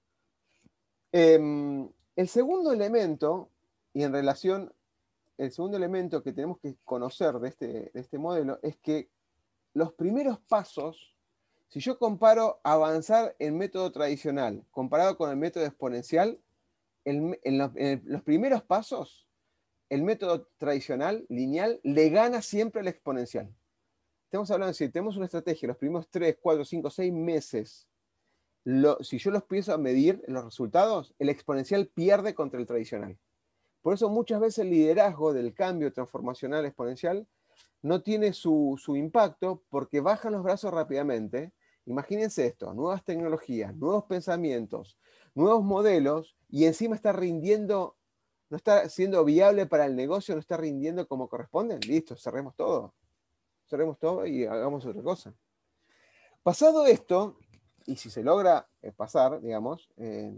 A: Eh, el segundo elemento, y en relación, el segundo elemento que tenemos que conocer de este, de este modelo es que los primeros pasos, si yo comparo avanzar en método tradicional comparado con el método exponencial, el, en, los, en los primeros pasos, el método tradicional, lineal, le gana siempre al exponencial. Estamos hablando de si tenemos una estrategia los primeros tres, cuatro, cinco, seis meses, lo, si yo los empiezo a medir en los resultados, el exponencial pierde contra el tradicional. Por eso muchas veces el liderazgo del cambio transformacional exponencial no tiene su, su impacto porque bajan los brazos rápidamente. Imagínense esto, nuevas tecnologías, nuevos pensamientos, nuevos modelos, y encima está rindiendo, no está siendo viable para el negocio, no está rindiendo como corresponde. Listo, cerremos todo. Cerremos todo y hagamos otra cosa. Pasado esto, y si se logra pasar, digamos, eh,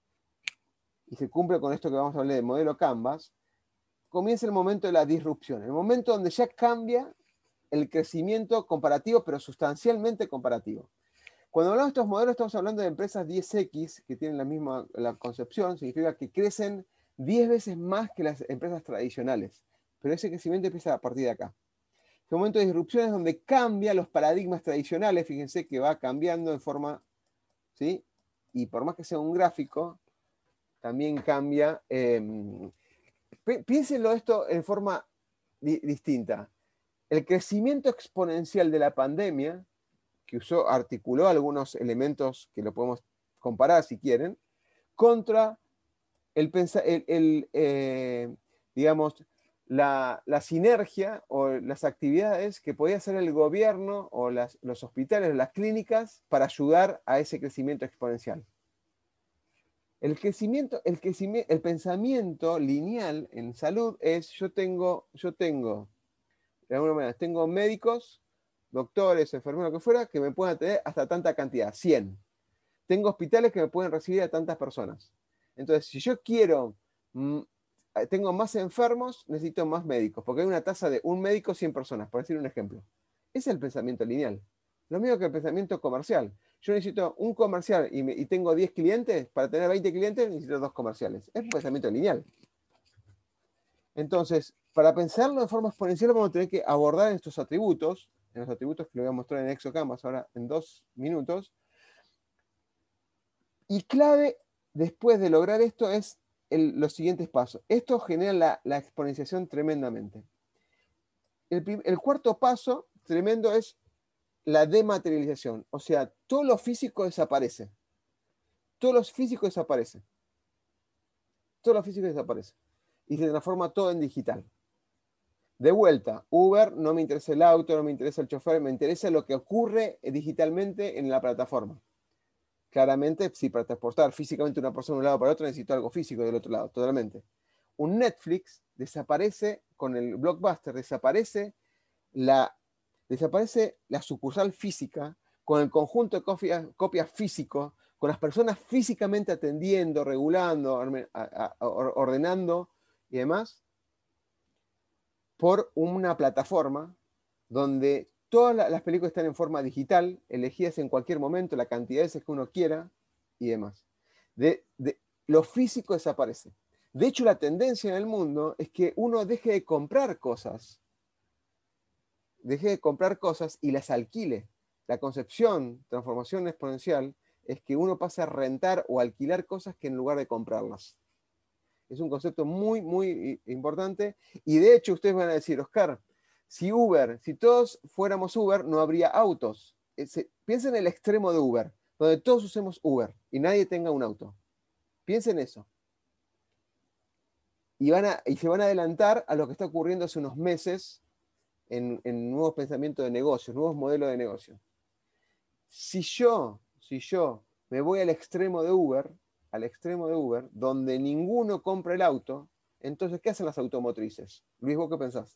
A: y se cumple con esto que vamos a hablar del modelo Canvas, comienza el momento de la disrupción, el momento donde ya cambia el crecimiento comparativo, pero sustancialmente comparativo. Cuando hablamos de estos modelos, estamos hablando de empresas diez equis, que tienen la misma la concepción, significa que crecen diez veces más que las empresas tradicionales. Pero ese crecimiento empieza a partir de acá. Es un momento de disrupción es donde cambian los paradigmas tradicionales, fíjense que va cambiando en forma, ¿sí? Y por más que sea un gráfico, también cambia. Eh, piénsenlo esto en forma di distinta. El crecimiento exponencial de la pandemia, que usó, articuló algunos elementos que lo podemos comparar si quieren, contra el, el, el eh, digamos, la, la sinergia o las actividades que podía hacer el gobierno o las, los hospitales o las clínicas para ayudar a ese crecimiento exponencial. El crecimiento, el crecimiento, el pensamiento lineal en salud es yo tengo, yo tengo, de alguna manera, tengo médicos, doctores, enfermeros, lo que fuera, que me pueden atender hasta tanta cantidad, cien. Tengo hospitales que me pueden recibir a tantas personas. Entonces, si yo quiero, mmm, tengo más enfermos, necesito más médicos, porque hay una tasa de un médico, cien personas, por decir un ejemplo. Ese es el pensamiento lineal. Lo mismo que el pensamiento comercial. Yo necesito un comercial y, me, y tengo diez clientes, para tener veinte clientes necesito dos comerciales. Es un pensamiento lineal. Entonces, para pensarlo de forma exponencial vamos a tener que abordar estos atributos, en los atributos que le voy a mostrar en ExoCanvas ahora en dos minutos, Y clave después de lograr esto es el, los siguientes pasos. Esto genera la, la exponenciación tremendamente. El, el cuarto paso tremendo es la dematerialización. O sea, todo lo físico desaparece. Todo lo físico desaparece. Todo lo físico desaparece. Y se transforma todo en digital. De vuelta, Uber, no me interesa el auto, no me interesa el chofer, me interesa lo que ocurre digitalmente en la plataforma. Claramente, si para transportar físicamente una persona de un lado para otro, necesito algo físico del otro lado, totalmente. Un Netflix desaparece con el Blockbuster, desaparece la, desaparece la sucursal física con el conjunto de copias, copias físicos, con las personas físicamente atendiendo, regulando, ordenando y demás, por una plataforma donde todas las películas están en forma digital, elegidas en cualquier momento, la cantidad de veces que uno quiera y demás. De, de, lo físico desaparece. De hecho, la tendencia en el mundo es que uno deje de comprar cosas, deje de comprar cosas y las alquile. La concepción, transformación exponencial, es que uno pase a rentar o alquilar cosas que en lugar de comprarlas. Es un concepto muy, muy importante. Y de hecho, ustedes van a decir, Oscar, si Uber, si todos fuéramos Uber, no habría autos. Piensen en el extremo de Uber, donde todos usemos Uber y nadie tenga un auto. Piensen eso. Y, van a, y se van a adelantar a lo que está ocurriendo hace unos meses en, en nuevos pensamientos de negocios, nuevos modelos de negocio. Si yo, si yo me voy al extremo de Uber, al extremo de Uber, donde ninguno compra el auto, entonces, ¿qué hacen las automotrices? Luis, ¿vos qué pensás?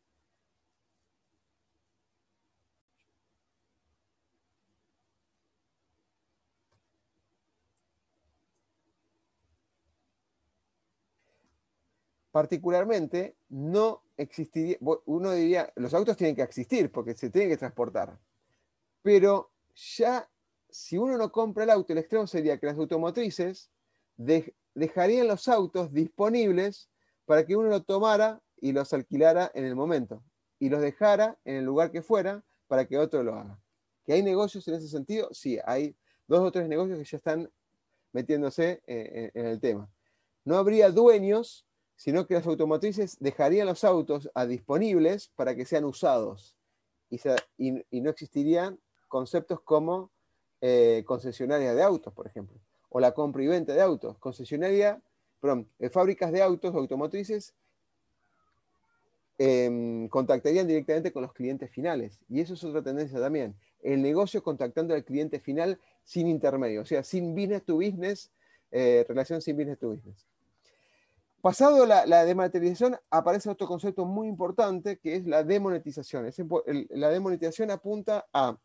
A: Particularmente, no existiría, uno diría, los autos tienen que existir porque se tienen que transportar, pero ya, si uno no compra el auto, el extremo sería que las automotrices de, dejarían los autos disponibles para que uno lo tomara y los alquilara en el momento y los dejara en el lugar que fuera para que otro lo haga. ¿Que hay negocios en ese sentido? Sí, hay dos o tres negocios que ya están metiéndose en, en el tema. No habría dueños, sino que las automotrices dejarían los autos a disponibles para que sean usados y, se, y, y no existirían conceptos como eh, concesionarias de autos, por ejemplo, o la compra y venta de autos. Concesionaria, perdón, eh, fábricas de autos automotrices eh, contactarían directamente con los clientes finales. Y eso es otra tendencia también. El negocio contactando al cliente final sin intermedio, o sea, sin business to business, eh, relación sin business to business. Pasado la, la dematerialización, aparece otro concepto muy importante que es la demonetización. Es, el, la demonetización apunta a,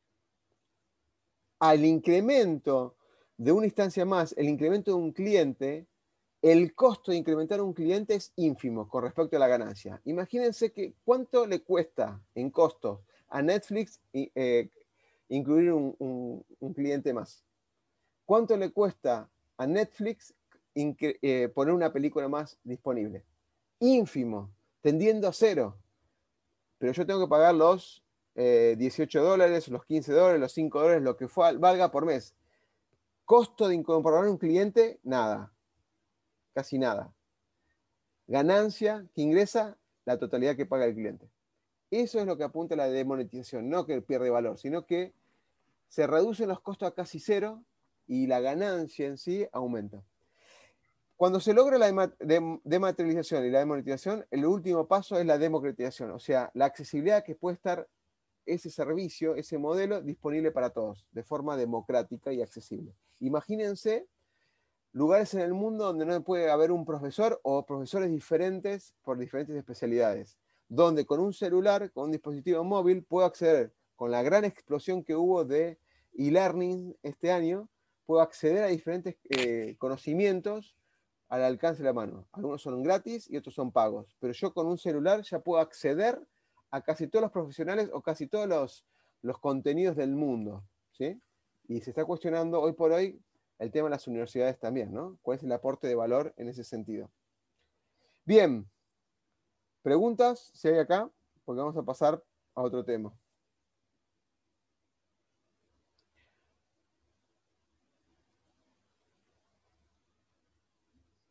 A: al incremento de una instancia más, el incremento de un cliente. El costo de incrementar un cliente es ínfimo con respecto a la ganancia. Imagínense que cuánto le cuesta en costos a Netflix eh, incluir un, un, un cliente más. ¿Cuánto le cuesta a Netflix eh, poner una película más disponible? Ínfimo, tendiendo a cero. Pero yo tengo que pagar los eh, dieciocho dólares, los quince dólares, los cinco dólares, lo que fue, valga por mes. Costo de incorporar un cliente, nada. Casi nada. Ganancia que ingresa, la totalidad que paga el cliente. Eso es lo que apunta a la demonetización, no que pierde valor, sino que se reducen los costos a casi cero y la ganancia en sí aumenta. Cuando se logra la dematerialización y la demonetización, el último paso es la democratización, o sea, la accesibilidad que puede estar ese servicio, ese modelo disponible para todos, de forma democrática y accesible. Imagínense lugares en el mundo donde no puede haber un profesor o profesores diferentes por diferentes especialidades, donde con un celular, con un dispositivo móvil, puedo acceder, con la gran explosión que hubo de e-learning este año, puedo acceder a diferentes eh, conocimientos al alcance de la mano. Algunos son gratis y otros son pagos, pero yo con un celular ya puedo acceder a casi todos los profesionales o casi todos los, los contenidos del mundo, ¿sí? Y se está cuestionando hoy por hoy el tema de las universidades también, ¿no? ¿Cuál es el aporte de valor en ese sentido? Bien, preguntas, si hay acá, porque vamos a pasar a otro tema.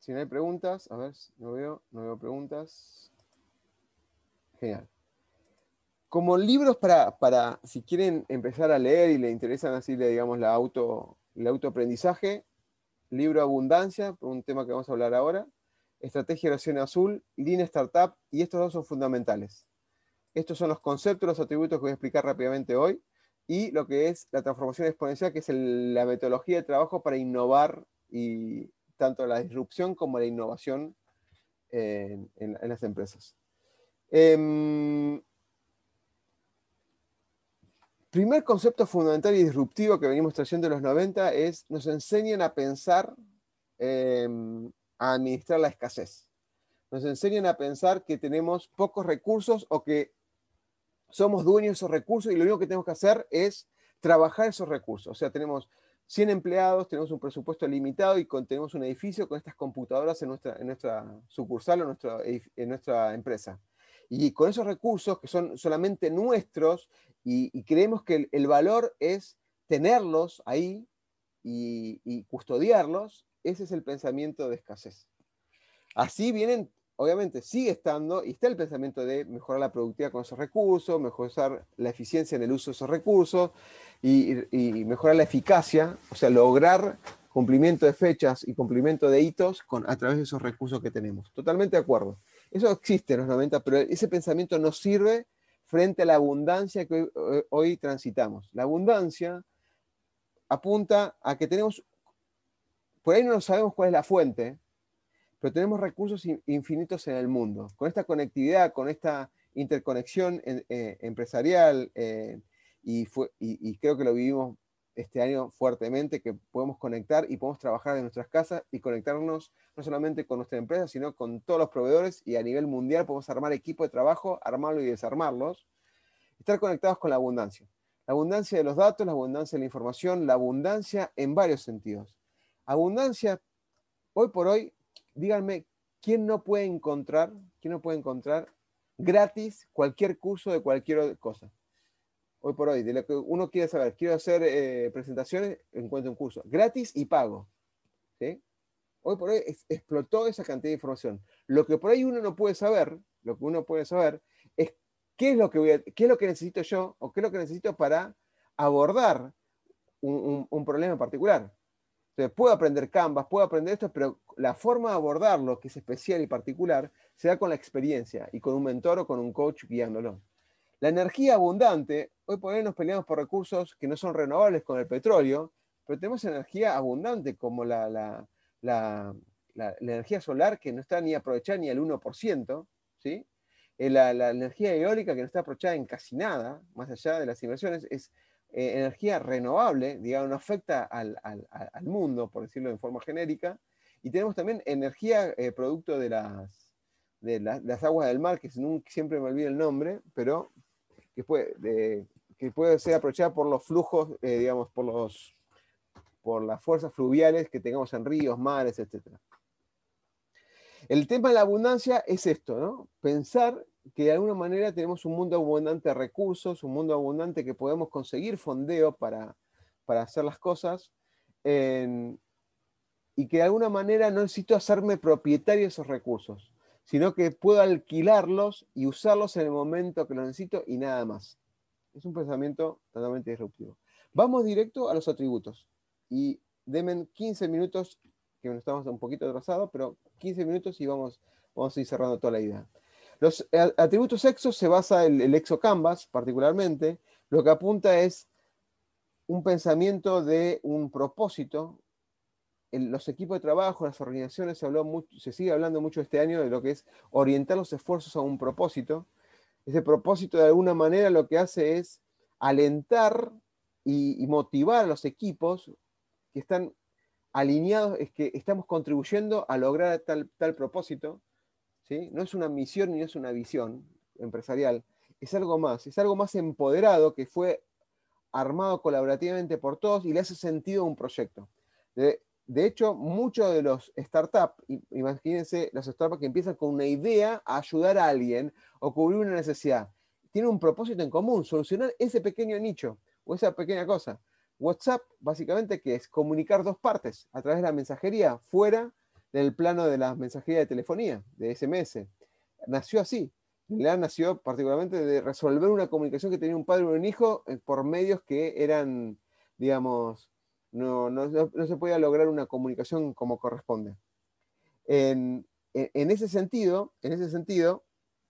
A: Si no hay preguntas, a ver, no veo, no veo preguntas. Genial. Como libros para, para, si quieren empezar a leer y les interesan así, digamos, la auto, el autoaprendizaje, libro Abundancia, por un tema que vamos a hablar ahora, Estrategia de Océano Azul, Lean Startup, y estos dos son fundamentales. Estos son los conceptos, los atributos que voy a explicar rápidamente hoy, y lo que es la transformación exponencial, que es el, la metodología de trabajo para innovar, y tanto la disrupción como la innovación en, en, en las empresas. Eh, primer concepto fundamental y disruptivo que venimos trayendo en los noventa es, nos enseñan a pensar, eh, a administrar la escasez. Nos enseñan a pensar que tenemos pocos recursos o que somos dueños de esos recursos y lo único que tenemos que hacer es trabajar esos recursos. O sea, tenemos cien empleados, tenemos un presupuesto limitado y con, tenemos un edificio con estas computadoras en nuestra, en nuestra sucursal o nuestra, en nuestra empresa. Y con esos recursos que son solamente nuestros y, y creemos que el, el valor es tenerlos ahí y, y custodiarlos, ese es el pensamiento de escasez. Así vienen, obviamente sigue estando, y está el pensamiento de mejorar la productividad con esos recursos, mejorar la eficiencia en el uso de esos recursos y, y mejorar la eficacia, o sea, lograr cumplimiento de fechas y cumplimiento de hitos con, a través de esos recursos que tenemos. Totalmente de acuerdo. Eso existe en los noventa, pero ese pensamiento nos sirve frente a la abundancia que hoy, hoy transitamos. La abundancia apunta a que tenemos, por ahí no sabemos cuál es la fuente, pero tenemos recursos infinitos en el mundo. Con esta conectividad, con esta interconexión eh, empresarial, eh, y, fue, y, y creo que lo vivimos este año fuertemente, que podemos conectar y podemos trabajar en nuestras casas y conectarnos no solamente con nuestra empresa, sino con todos los proveedores, y a nivel mundial podemos armar equipos de trabajo, armarlos y desarmarlos. Estar conectados con la abundancia. La abundancia de los datos, la abundancia de la información, la abundancia en varios sentidos. Abundancia, hoy por hoy, díganme, ¿quién no puede encontrar, quién no puede encontrar gratis cualquier curso de cualquier cosa? Hoy por hoy, de lo que uno quiere saber, quiero hacer eh, presentaciones, encuentro un curso gratis y pago. ¿Sí? Hoy por hoy es, explotó esa cantidad de información. Lo que por ahí uno no puede saber, lo que uno puede saber es qué es lo que, voy a, qué es lo que necesito yo o qué es lo que necesito para abordar un, un, un problema en particular. Entonces, puedo aprender Canvas, puedo aprender esto, pero la forma de abordarlo, que es especial y particular, se da con la experiencia y con un mentor o con un coach guiándolo. La energía abundante, hoy por hoy nos peleamos por recursos que no son renovables con el petróleo, pero tenemos energía abundante como la, la, la, la, la energía solar, que no está ni aprovechada ni al uno por ciento, ¿sí? La, la energía eólica, que no está aprovechada en casi nada, más allá de las inversiones, es eh, energía renovable, digamos, no afecta al, al, al mundo, por decirlo de forma genérica. Y tenemos también energía eh, producto de las, de, la, de las aguas del mar, que siempre me olvido el nombre, pero que puede, de, que puede ser aprovechada por los flujos, eh, digamos, por, los, por las fuerzas fluviales que tengamos en ríos, mares, etcétera. El tema de la abundancia es esto, ¿no? Pensar que de alguna manera tenemos un mundo abundante de recursos, un mundo abundante que podemos conseguir fondeo para, para hacer las cosas, eh, y que de alguna manera no necesito hacerme propietario de esos recursos, sino que puedo alquilarlos y usarlos en el momento que los necesito y nada más. Es un pensamiento totalmente disruptivo. Vamos directo a los atributos. Y denme quince minutos, que estamos un poquito atrasados, pero quince minutos y vamos, vamos a ir cerrando toda la idea. Los atributos EXO se basa en el EXO Canvas, particularmente. Lo que apunta es un pensamiento de un propósito. En los equipos de trabajo, las organizaciones, se, habló mucho, se sigue hablando mucho este año de lo que es orientar los esfuerzos a un propósito. Ese propósito, de alguna manera, lo que hace es alentar y, y motivar a los equipos que están alineados, es que estamos contribuyendo a lograr tal, tal propósito, ¿sí? No es una misión ni es una visión empresarial, es algo más, es algo más empoderado que fue armado colaborativamente por todos y le hace sentido a un proyecto. De, de hecho, muchos de los startups, imagínense los startups que empiezan con una idea a ayudar a alguien o cubrir una necesidad, tienen un propósito en común, solucionar ese pequeño nicho o esa pequeña cosa. WhatsApp, básicamente, que es comunicar dos partes a través de la mensajería fuera del plano de la mensajería de telefonía, de S M S. Nació así. En realidad nació particularmente de resolver una comunicación que tenía un padre y un hijo por medios que eran, digamos, no, no, no se podía lograr una comunicación como corresponde. En, en, en ese sentido, en ese sentido,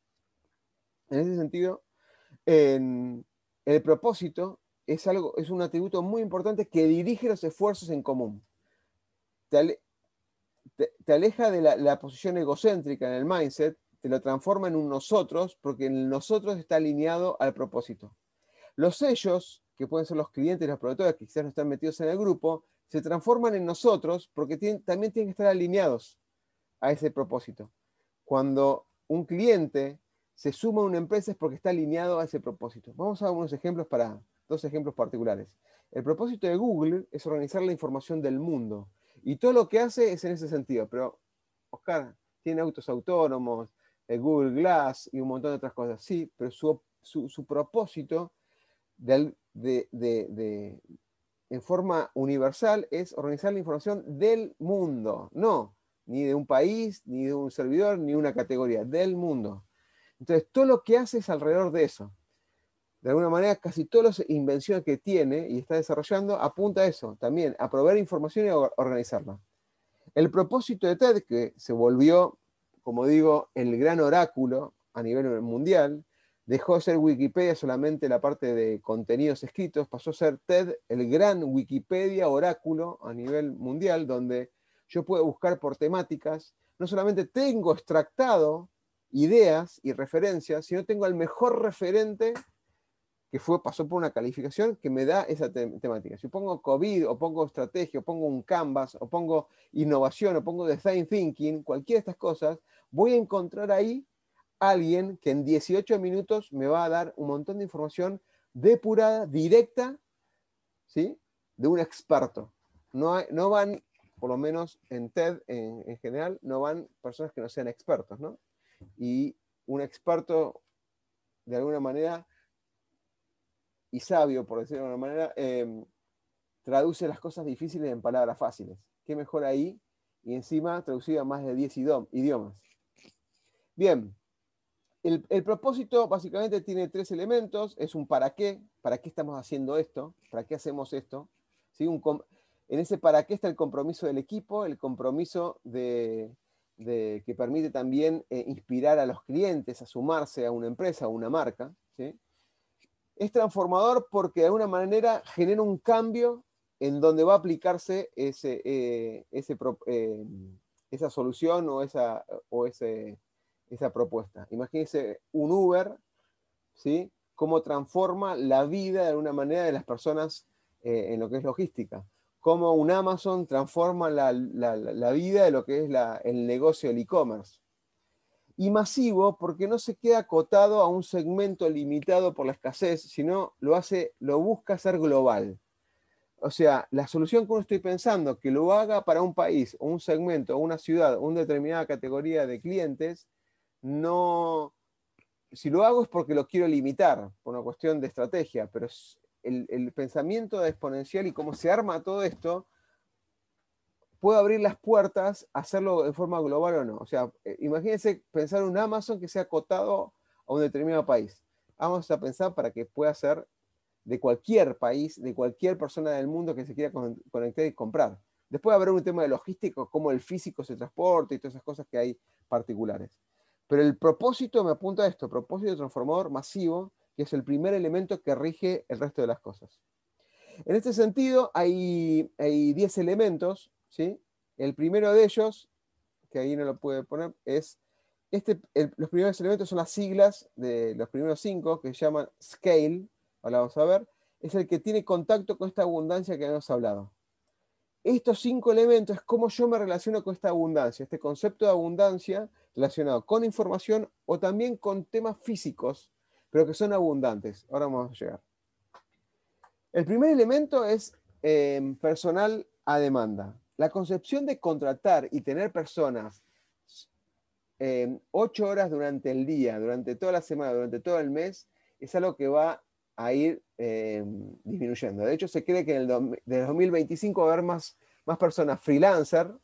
A: en ese sentido, en, el propósito es, algo, es un atributo muy importante que dirige los esfuerzos en común. Te, ale, te, te aleja de la, la posición egocéntrica en el mindset, te lo transforma en un nosotros, porque en el nosotros está alineado al propósito. Los ellos, que pueden ser los clientes y los productores que quizás no están metidos en el grupo, se transforman en nosotros porque tienen, también tienen que estar alineados a ese propósito. Cuando un cliente se suma a una empresa es porque está alineado a ese propósito. Vamos a dar unos ejemplos para dos ejemplos particulares. El propósito de Google es organizar la información del mundo. Y todo lo que hace es en ese sentido. Pero, Oscar, tiene autos autónomos, el Google Glass y un montón de otras cosas. Sí, pero su, su, su propósito de, de, de, de, en forma universal es organizar la información del mundo. No, ni de un país, ni de un servidor, ni una categoría, del mundo. Entonces, todo lo que hace es alrededor de eso. De alguna manera, casi todas las invenciones que tiene y está desarrollando apunta a eso, también, a proveer información y a organizarla. El propósito de TED, que se volvió, como digo, el gran oráculo a nivel mundial, dejó de ser Wikipedia solamente la parte de contenidos escritos, pasó a ser TED el gran Wikipedia oráculo a nivel mundial, donde yo puedo buscar por temáticas, no solamente tengo extractado ideas y referencias, sino tengo al mejor referente que fue, pasó por una calificación que me da esa te temática. Si pongo COVID, o pongo estrategia, o pongo un Canvas, o pongo innovación, o pongo design thinking, cualquiera de estas cosas, voy a encontrar ahí alguien que en dieciocho minutos me va a dar un montón de información depurada, directa, ¿sí? De un experto. No, hay, no van, por lo menos en TED en, en general, no van personas que no sean expertos, ¿no? Y un experto, de alguna manera, y sabio, por decirlo de alguna manera, eh, traduce las cosas difíciles en palabras fáciles. ¿Qué mejor ahí? Y encima traducido a más de diez idiomas. Bien, el, el propósito básicamente tiene tres elementos. Es un para qué, para qué estamos haciendo esto, para qué hacemos esto. ¿Sí? Un, en ese para qué está el compromiso del equipo, el compromiso de, de, que permite también eh, inspirar a los clientes a sumarse a una empresa, a una marca, ¿sí? Es transformador porque de alguna manera genera un cambio en donde va a aplicarse ese, eh, ese, eh, esa solución o, esa, o ese, esa propuesta. Imagínense un Uber, ¿sí? Cómo transforma la vida de alguna manera de las personas eh, en lo que es logística. Cómo un Amazon transforma la, la, la vida de lo que es la, el negocio del e-commerce. Y masivo porque no se queda acotado a un segmento limitado por la escasez, sino lo hace, lo busca hacer global. O sea, la solución que uno estoy pensando, que lo haga para un país, o un segmento, o una ciudad, o una determinada categoría de clientes, no, si lo hago es porque lo quiero limitar, por una cuestión de estrategia, pero el, el pensamiento de exponencial y cómo se arma todo esto, puedo abrir las puertas, hacerlo de forma global o no. O sea, imagínense pensar un Amazon que sea acotado a un determinado país. Vamos a pensar para que pueda ser de cualquier país, de cualquier persona del mundo que se quiera conectar y comprar. Después habrá un tema de logístico, cómo el físico se transporta y todas esas cosas que hay particulares. Pero el propósito me apunta a esto, propósito transformador masivo, que es el primer elemento que rige el resto de las cosas. En este sentido, hay diez elementos, ¿sí? El primero de ellos, que ahí no lo puede poner, es, este, el, los primeros elementos son las siglas de los primeros cinco, que se llaman Scale, ahora vamos a ver, es el que tiene contacto con esta abundancia que hemos hablado. Estos cinco elementos es cómo yo me relaciono con esta abundancia, este concepto de abundancia relacionado con información o también con temas físicos, pero que son abundantes. Ahora vamos a llegar. El primer elemento es eh, personal a demanda. La concepción de contratar y tener personas eh, ocho horas durante el día, durante toda la semana, durante todo el mes, es algo que va a ir eh, disminuyendo. De hecho, se cree que en el do, de dos mil veinticinco va a haber más, más personas freelancer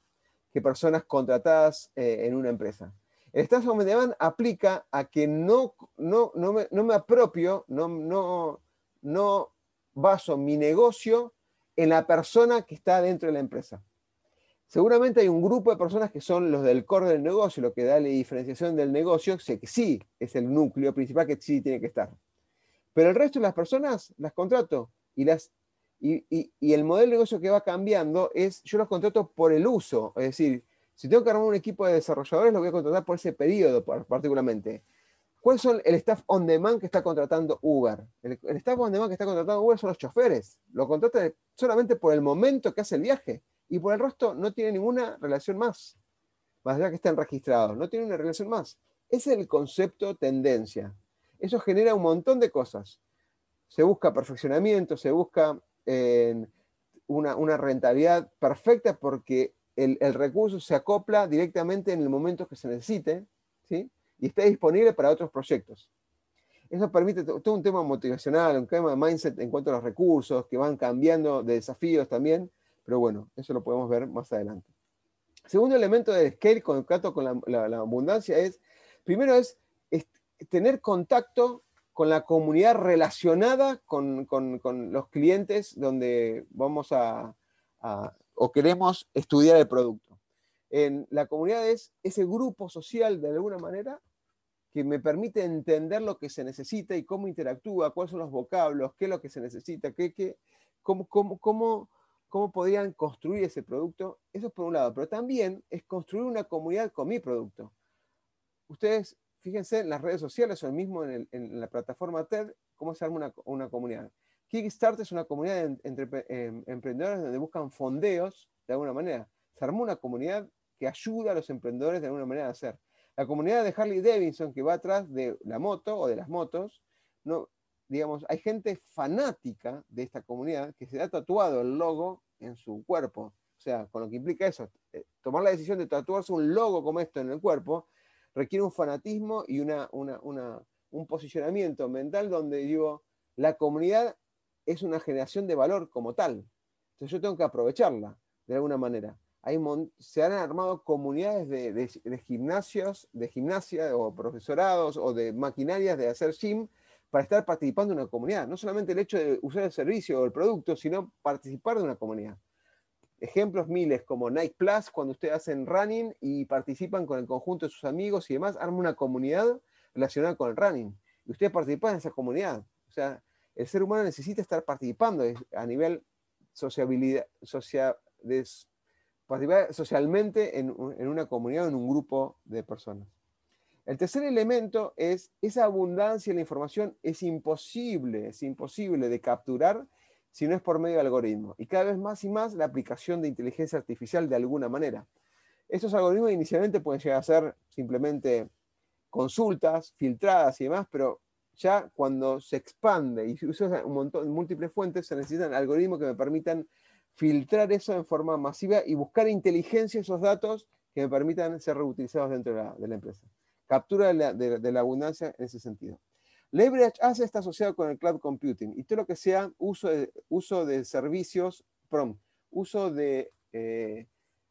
A: que personas contratadas eh, en una empresa. El Staff on Demand aplica a que no, no, no, me, no me apropio, no, no, no baso mi negocio en la persona que está dentro de la empresa. Seguramente hay un grupo de personas que son los del core del negocio, lo que da la diferenciación del negocio, sé que sí es el núcleo principal que sí tiene que estar. Pero el resto de las personas las contrato y, las, y, y, y el modelo de negocio que va cambiando es, yo los contrato por el uso, es decir, si tengo que armar un equipo de desarrolladores, lo voy a contratar por ese periodo particularmente. ¿Cuál son el staff on demand que está contratando Uber? El, el staff on demand que está contratando Uber son los choferes. Lo contratan solamente por el momento que hace el viaje. Y por el resto no tiene ninguna relación más. Más allá que estén registrados, no tiene una relación más. Ese es el concepto tendencia. Eso genera un montón de cosas. Se busca perfeccionamiento, se busca eh, una, una rentabilidad perfecta porque el, el recurso se acopla directamente en el momento que se necesite, ¿sí? Y está disponible para otros proyectos. Eso permite todo un tema motivacional, un tema de mindset en cuanto a los recursos, que van cambiando de desafíos también, pero bueno, eso lo podemos ver más adelante. Segundo elemento del scale con, con la, la, la abundancia es, primero es, es tener contacto con la comunidad relacionada con, con, con los clientes donde vamos a, a, o queremos estudiar el producto. En la comunidad es ese grupo social de alguna manera que me permite entender lo que se necesita y cómo interactúa, cuáles son los vocablos, qué es lo que se necesita, qué, qué, cómo, cómo, cómo, cómo podrían construir ese producto. Eso es por un lado, pero también es construir una comunidad con mi producto. Ustedes, fíjense en las redes sociales o el mismo en, el, en la plataforma TED, cómo se arma una, una comunidad. Kickstarter es una comunidad de entre, eh, emprendedores donde buscan fondeos de alguna manera. Se armó una comunidad que ayuda a los emprendedores de alguna manera a hacer. La comunidad de Harley Davidson que va atrás de la moto o de las motos, no, digamos, hay gente fanática de esta comunidad que se ha tatuado el logo en su cuerpo. O sea, con lo que implica eso, eh, tomar la decisión de tatuarse un logo como esto en el cuerpo requiere un fanatismo y una, una, una, un posicionamiento mental donde digo, la comunidad es una generación de valor como tal. Entonces yo tengo que aprovecharla de alguna manera. Hay se han armado comunidades de, de, de gimnasios, de gimnasia o profesorados o de maquinarias de hacer gym para estar participando en una comunidad. No solamente el hecho de usar el servicio o el producto, sino participar de una comunidad. Ejemplos miles como Nike Plus, cuando ustedes hacen running y participan con el conjunto de sus amigos y demás, arman una comunidad relacionada con el running. Y ustedes participan en esa comunidad. O sea, el ser humano necesita estar participando a nivel sociabilidad, social, de, participar socialmente en, en una comunidad o en un grupo de personas. El tercer elemento es esa abundancia de la información es imposible, es imposible de capturar si no es por medio de algoritmos. Y cada vez más y más la aplicación de inteligencia artificial de alguna manera. Estos algoritmos inicialmente pueden llegar a ser simplemente consultas filtradas y demás, pero ya cuando se expande y se usa un montón, múltiples fuentes, se necesitan algoritmos que me permitan filtrar eso en forma masiva y buscar inteligencia esos datos que me permitan ser reutilizados dentro de la, de la empresa. Captura de la, de, de la abundancia en ese sentido. Leverage Asset está asociado con el cloud computing y todo lo que sea uso de, uso de servicios, perdón, uso de, eh,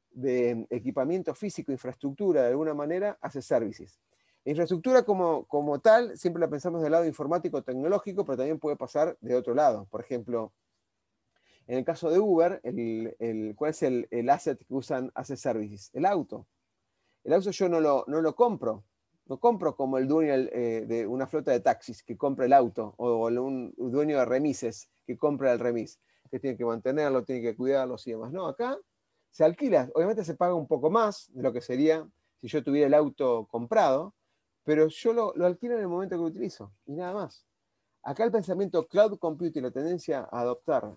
A: de equipamiento físico, infraestructura de alguna manera, hace services. La infraestructura como, como tal, siempre la pensamos del lado informático tecnológico, pero también puede pasar de otro lado. Por ejemplo, en el caso de Uber, el, el, ¿cuál es el, el asset que usan hace services? El auto. El auto yo no lo, no lo compro. No compro como el dueño eh, de una flota de taxis que compra el auto o un dueño de remises que compra el remis, que tiene que mantenerlo, tiene que cuidarlo y demás. No, acá se alquila. Obviamente se paga un poco más de lo que sería si yo tuviera el auto comprado, pero yo lo, lo alquilo en el momento que lo utilizo y nada más. Acá el pensamiento cloud computing, la tendencia a adoptar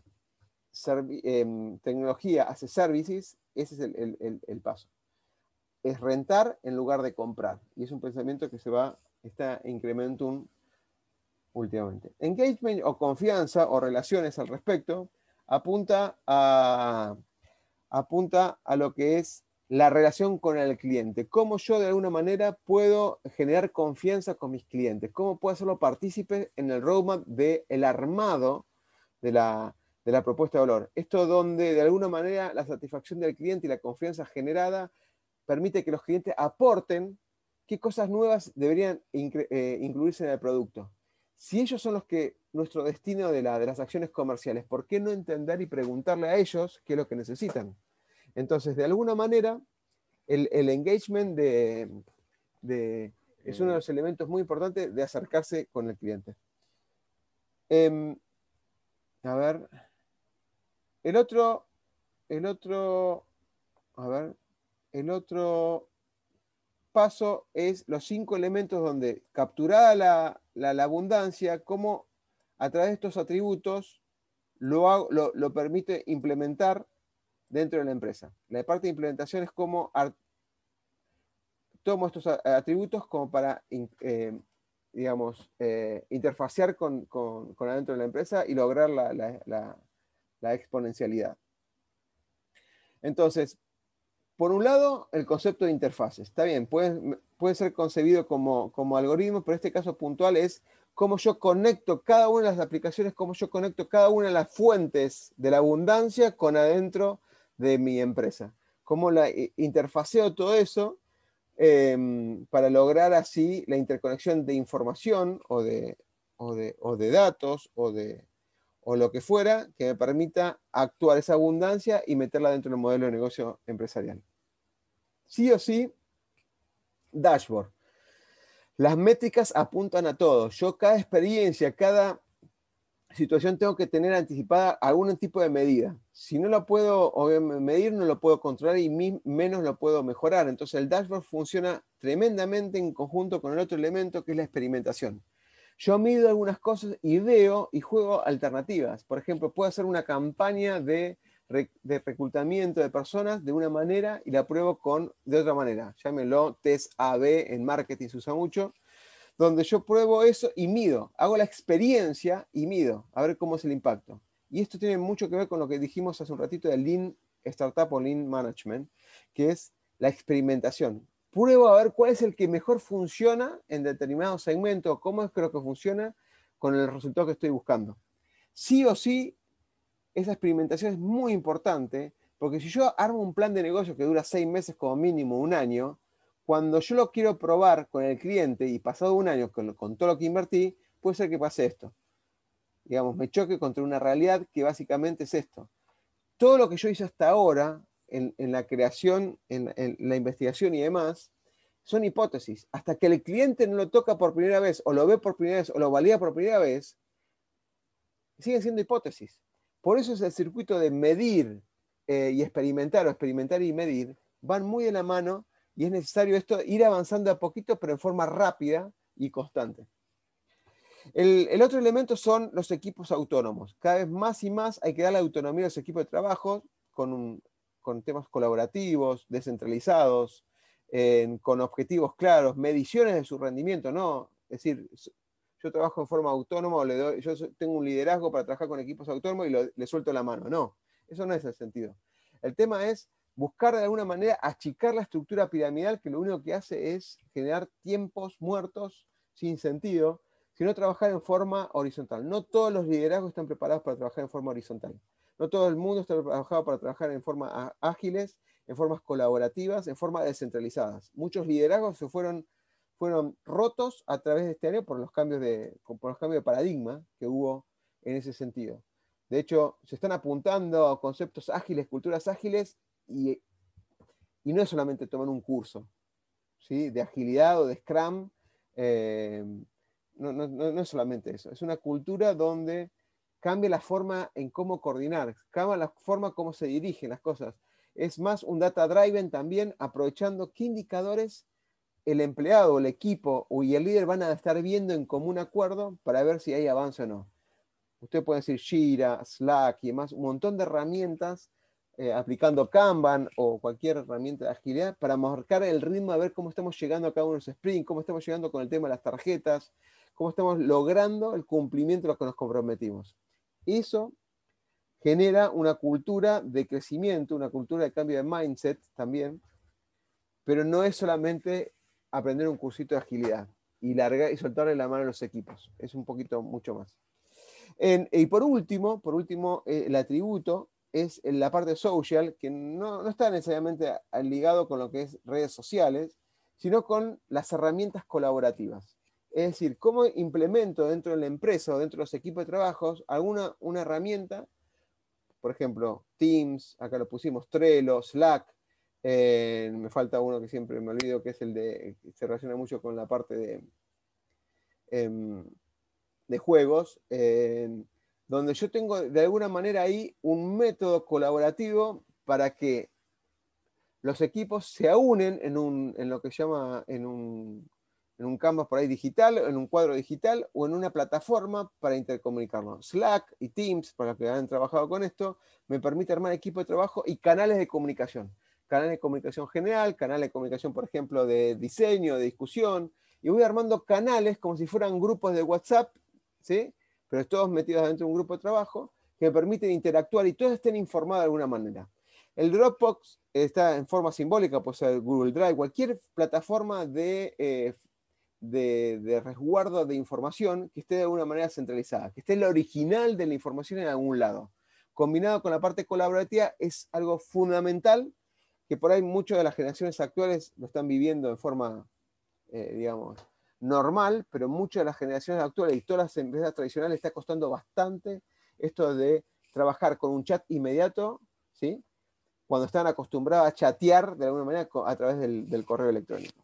A: eh, tecnología hace services, ese es el, el, el, el paso. Es rentar en lugar de comprar. Y es un pensamiento que se va, está incrementum últimamente. Engagement o confianza o relaciones al respecto apunta a, apunta a lo que es la relación con el cliente. Cómo yo de alguna manera puedo generar confianza con mis clientes. Cómo puedo hacerlo partícipe en el roadmap del armado de la, de la propuesta de valor. Esto donde de alguna manera la satisfacción del cliente y la confianza generada permite que los clientes aporten qué cosas nuevas deberían eh, incluirse en el producto. Si ellos son los que, nuestro destino de, la, de las acciones comerciales, ¿por qué no entender y preguntarle a ellos qué es lo que necesitan? Entonces, de alguna manera, el, el engagement de, de, es uno de los elementos muy importantes de acercarse con el cliente. Eh, a ver, el otro, el otro, a ver, el otro paso es los cinco elementos donde, capturada la, la, la abundancia, cómo a través de estos atributos lo, hago, lo, lo permite implementar dentro de la empresa. La parte de implementación es cómo tomo estos atributos como para, eh, digamos, eh, interfacear con, con, con adentro de la empresa y lograr la, la, la, la exponencialidad. Entonces, por un lado, el concepto de interfaces. Está bien, puede, puede ser concebido como, como algoritmo, pero en este caso puntual es cómo yo conecto cada una de las aplicaciones, cómo yo conecto cada una de las fuentes de la abundancia con adentro de mi empresa. Cómo la interfaceo todo eso eh, para lograr así la interconexión de información o de, o de, o de datos o de... o lo que fuera, que me permita actuar esa abundancia y meterla dentro del modelo de negocio empresarial. Sí o sí, dashboard. Las métricas apuntan a todo. Yo cada experiencia, cada situación tengo que tener anticipada algún tipo de medida. Si no la puedo medir, no lo puedo controlar y menos lo puedo mejorar. Entonces el dashboard funciona tremendamente en conjunto con el otro elemento que es la experimentación. Yo mido algunas cosas y veo y juego alternativas. Por ejemplo, puedo hacer una campaña de, de reclutamiento de personas de una manera y la pruebo con, de otra manera. Llámenlo test A B en marketing, se usa mucho, donde yo pruebo eso y mido. Hago la experiencia y mido, a ver cómo es el impacto. Y esto tiene mucho que ver con lo que dijimos hace un ratito de Lean Startup o Lean Management, que es la experimentación. Pruebo a ver cuál es el que mejor funciona en determinado segmento, cómo es creo que funciona con el resultado que estoy buscando. Sí o sí, esa experimentación es muy importante, porque si yo armo un plan de negocio que dura seis meses como mínimo, un año, cuando yo lo quiero probar con el cliente y pasado un año con, con todo lo que invertí, puede ser que pase esto. Digamos, me choque contra una realidad que básicamente es esto. Todo lo que yo hice hasta ahora, en, en la creación, en, en la investigación y demás, son hipótesis. Hasta que el cliente no lo toca por primera vez, o lo ve por primera vez, o lo valida por primera vez, siguen siendo hipótesis. Por eso es el circuito de medir eh, y experimentar, o experimentar y medir, van muy de la mano, y es necesario esto ir avanzando a poquito, pero en forma rápida y constante. El, el otro elemento son los equipos autónomos. Cada vez más y más hay que darle autonomía a los equipos de trabajo con, un, con temas colaborativos, descentralizados, eh, con objetivos claros, mediciones de su rendimiento, ¿no? Es decir, yo trabajo en forma autónoma o le doy, yo tengo un liderazgo para trabajar con equipos autónomos y lo, le suelto la mano. No, eso no es el sentido. El tema es buscar de alguna manera achicar la estructura piramidal que lo único que hace es generar tiempos muertos sin sentido, sino trabajar en forma horizontal. No todos los liderazgos están preparados para trabajar en forma horizontal. No todo el mundo está preparado para trabajar en formas ágiles, en formas colaborativas, en formas descentralizadas. Muchos liderazgos se fueron, fueron rotos a través de este año por los cambios de, por los cambios de paradigma que hubo en ese sentido. De hecho, se están apuntando a conceptos ágiles, culturas ágiles, y, y no es solamente tomar un curso, ¿sí?, de agilidad o de Scrum. Eh, No, no, no es solamente eso, es una cultura donde cambia la forma en cómo coordinar, cambia la forma como se dirigen las cosas. Es más un data driven también, aprovechando qué indicadores el empleado, el equipo y el líder van a estar viendo en común acuerdo para ver si hay avance o no. Usted puede decir Jira, Slack y demás, un montón de herramientas, eh, aplicando Kanban o cualquier herramienta de agilidad para marcar el ritmo, a ver cómo estamos llegando a cada uno de los sprints, cómo estamos llegando con el tema de las tarjetas, cómo estamos logrando el cumplimiento de lo que nos comprometimos. Eso genera una cultura de crecimiento, una cultura de cambio de mindset también, pero no es solamente aprender un cursito de agilidad y, largar, y soltarle la mano a los equipos, es un poquito mucho más. En, y por último, por último eh, el atributo es en la parte social, que no, no está necesariamente ligado con lo que es redes sociales, sino con las herramientas colaborativas. Es decir, cómo implemento dentro de la empresa o dentro de los equipos de trabajos alguna una herramienta, por ejemplo, Teams, acá lo pusimos, Trello, Slack, eh, me falta uno que siempre me olvido, que es el de, que se relaciona mucho con la parte de, eh, de juegos, eh, donde yo tengo de alguna manera ahí un método colaborativo para que los equipos se unen en, un, en lo que se llama en un, en un canvas por ahí digital, en un cuadro digital o en una plataforma para intercomunicarnos. Slack y Teams, para los que han trabajado con esto, me permite armar equipos de trabajo y canales de comunicación. Canales de comunicación general, canales de comunicación, por ejemplo, de diseño, de discusión, y voy armando canales como si fueran grupos de WhatsApp, ¿sí? Pero todos metidos dentro de un grupo de trabajo, que me permiten interactuar y todos estén informados de alguna manera. El Dropbox está en forma simbólica, puede ser Google Drive, cualquier plataforma de, eh, de, de resguardo de información que esté de alguna manera centralizada, que esté el original de la información en algún lado. Combinado con la parte colaborativa es algo fundamental que por ahí muchas de las generaciones actuales lo están viviendo de forma, eh, digamos, normal, pero muchas de las generaciones actuales y todas las empresas tradicionales está costando bastante esto de trabajar con un chat inmediato, ¿sí? Cuando están acostumbrados a chatear de alguna manera a través del, del correo electrónico.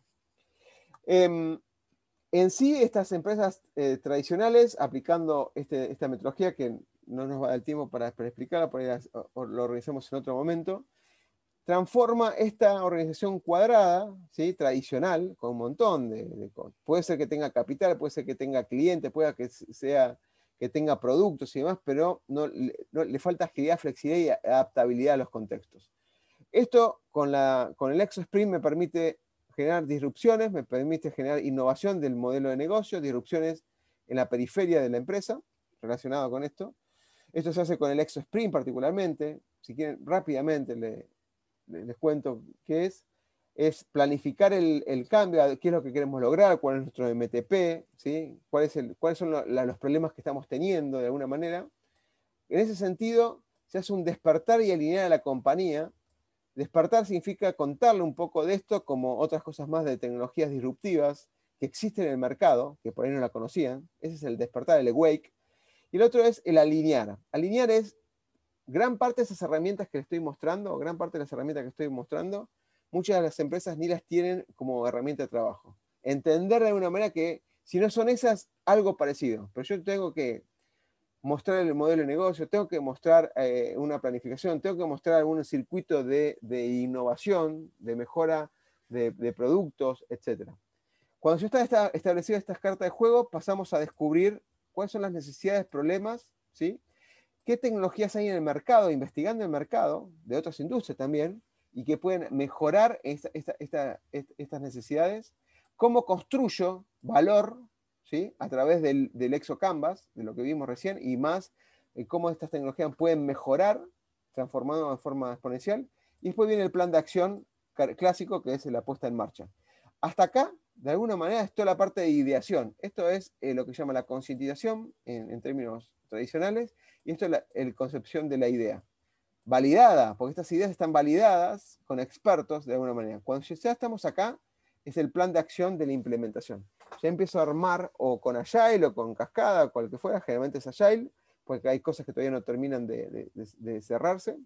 A: Eh, en sí, estas empresas eh, tradicionales, aplicando este, esta metodología, que no nos va a dar tiempo para, para explicarla, por ahí lo organizamos en otro momento, transforma esta organización cuadrada, ¿sí? Tradicional, con un montón de, de cosas. Puede ser que tenga capital, puede ser que tenga clientes, puede que sea que tenga productos y demás, pero no, no, le falta agilidad, flexibilidad y adaptabilidad a los contextos. Esto con, la, con el ExoSprint me permite generar disrupciones, me permite generar innovación del modelo de negocio, disrupciones en la periferia de la empresa relacionado con esto. Esto se hace con el ExoSprint particularmente. Si quieren, rápidamente le, le, les cuento qué es. Es planificar el, el cambio, qué es lo que queremos lograr, cuál es nuestro M T P, ¿sí? ¿Cuál es el, cuáles son lo, la, los problemas que estamos teniendo de alguna manera. En ese sentido, se hace un despertar y alinear a la compañía. Despertar significa contarle un poco de esto, como otras cosas más de tecnologías disruptivas que existen en el mercado, que por ahí no la conocían. Ese es el despertar, el awake. Y el otro es el alinear. Alinear es gran parte de esas herramientas que les estoy mostrando, gran parte de las herramientas que estoy mostrando, muchas de las empresas ni las tienen como herramienta de trabajo. Entender de alguna manera que si no son esas, algo parecido. Pero yo tengo que mostrar el modelo de negocio, tengo que mostrar eh, una planificación, tengo que mostrar algún circuito de, de innovación, de mejora de, de productos, etcétera. Cuando ya están establecidas estas cartas de juego, pasamos a descubrir cuáles son las necesidades, problemas, ¿sí? Qué tecnologías hay en el mercado, investigando el mercado de otras industrias también, y que pueden mejorar esta, esta, esta, estas necesidades, cómo construyo valor, ¿sí? A través del, del ExoCanvas, de lo que vimos recién, y más eh, cómo estas tecnologías pueden mejorar, transformando de forma exponencial, y después viene el plan de acción clásico, que es la puesta en marcha. Hasta acá, de alguna manera, es toda la parte de ideación. Esto es eh, lo que se llama la concientización en, en términos tradicionales, y esto es la el concepción de la idea. Validada, porque estas ideas están validadas con expertos de alguna manera. Cuando ya estamos acá, es el plan de acción de la implementación. Ya empiezo a armar o con Agile o con Cascada, o cual que fuera, generalmente es Agile, porque hay cosas que todavía no terminan de, de, de, de cerrarse,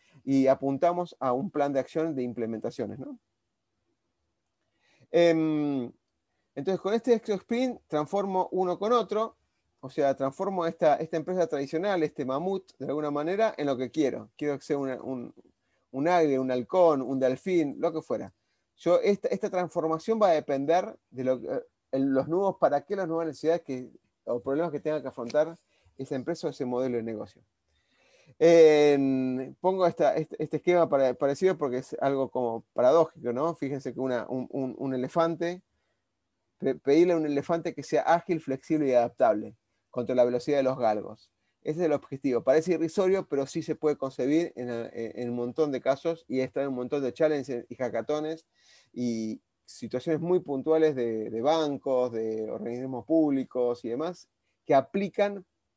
A: y apuntamos a un plan de acción de implementaciones, ¿no? Eh, entonces, con este ExoSprint transformo uno con otro, o sea, transformo esta, esta empresa tradicional, este mamut, de alguna manera, en lo que quiero. Quiero que sea una, un, un águila, un halcón, un delfín, lo que fuera. Yo, esta, esta transformación va a depender de lo, los nuevos para qué, las nuevas necesidades que, o problemas que tenga que afrontar esa empresa o ese modelo de negocio. Eh, pongo esta, este, este esquema para, parecido porque es algo como paradójico, ¿no? Fíjense que una, un, un, un elefante, pedirle a un elefante que sea ágil, flexible y adaptable contra la velocidad de los galgos. Ese es el objetivo. Parece irrisorio, pero sí se puede concebir en, en un montón de casos y está en un montón de challenges y hackatones y situaciones muy puntuales de, de bancos, de organismos públicos y demás, que aplican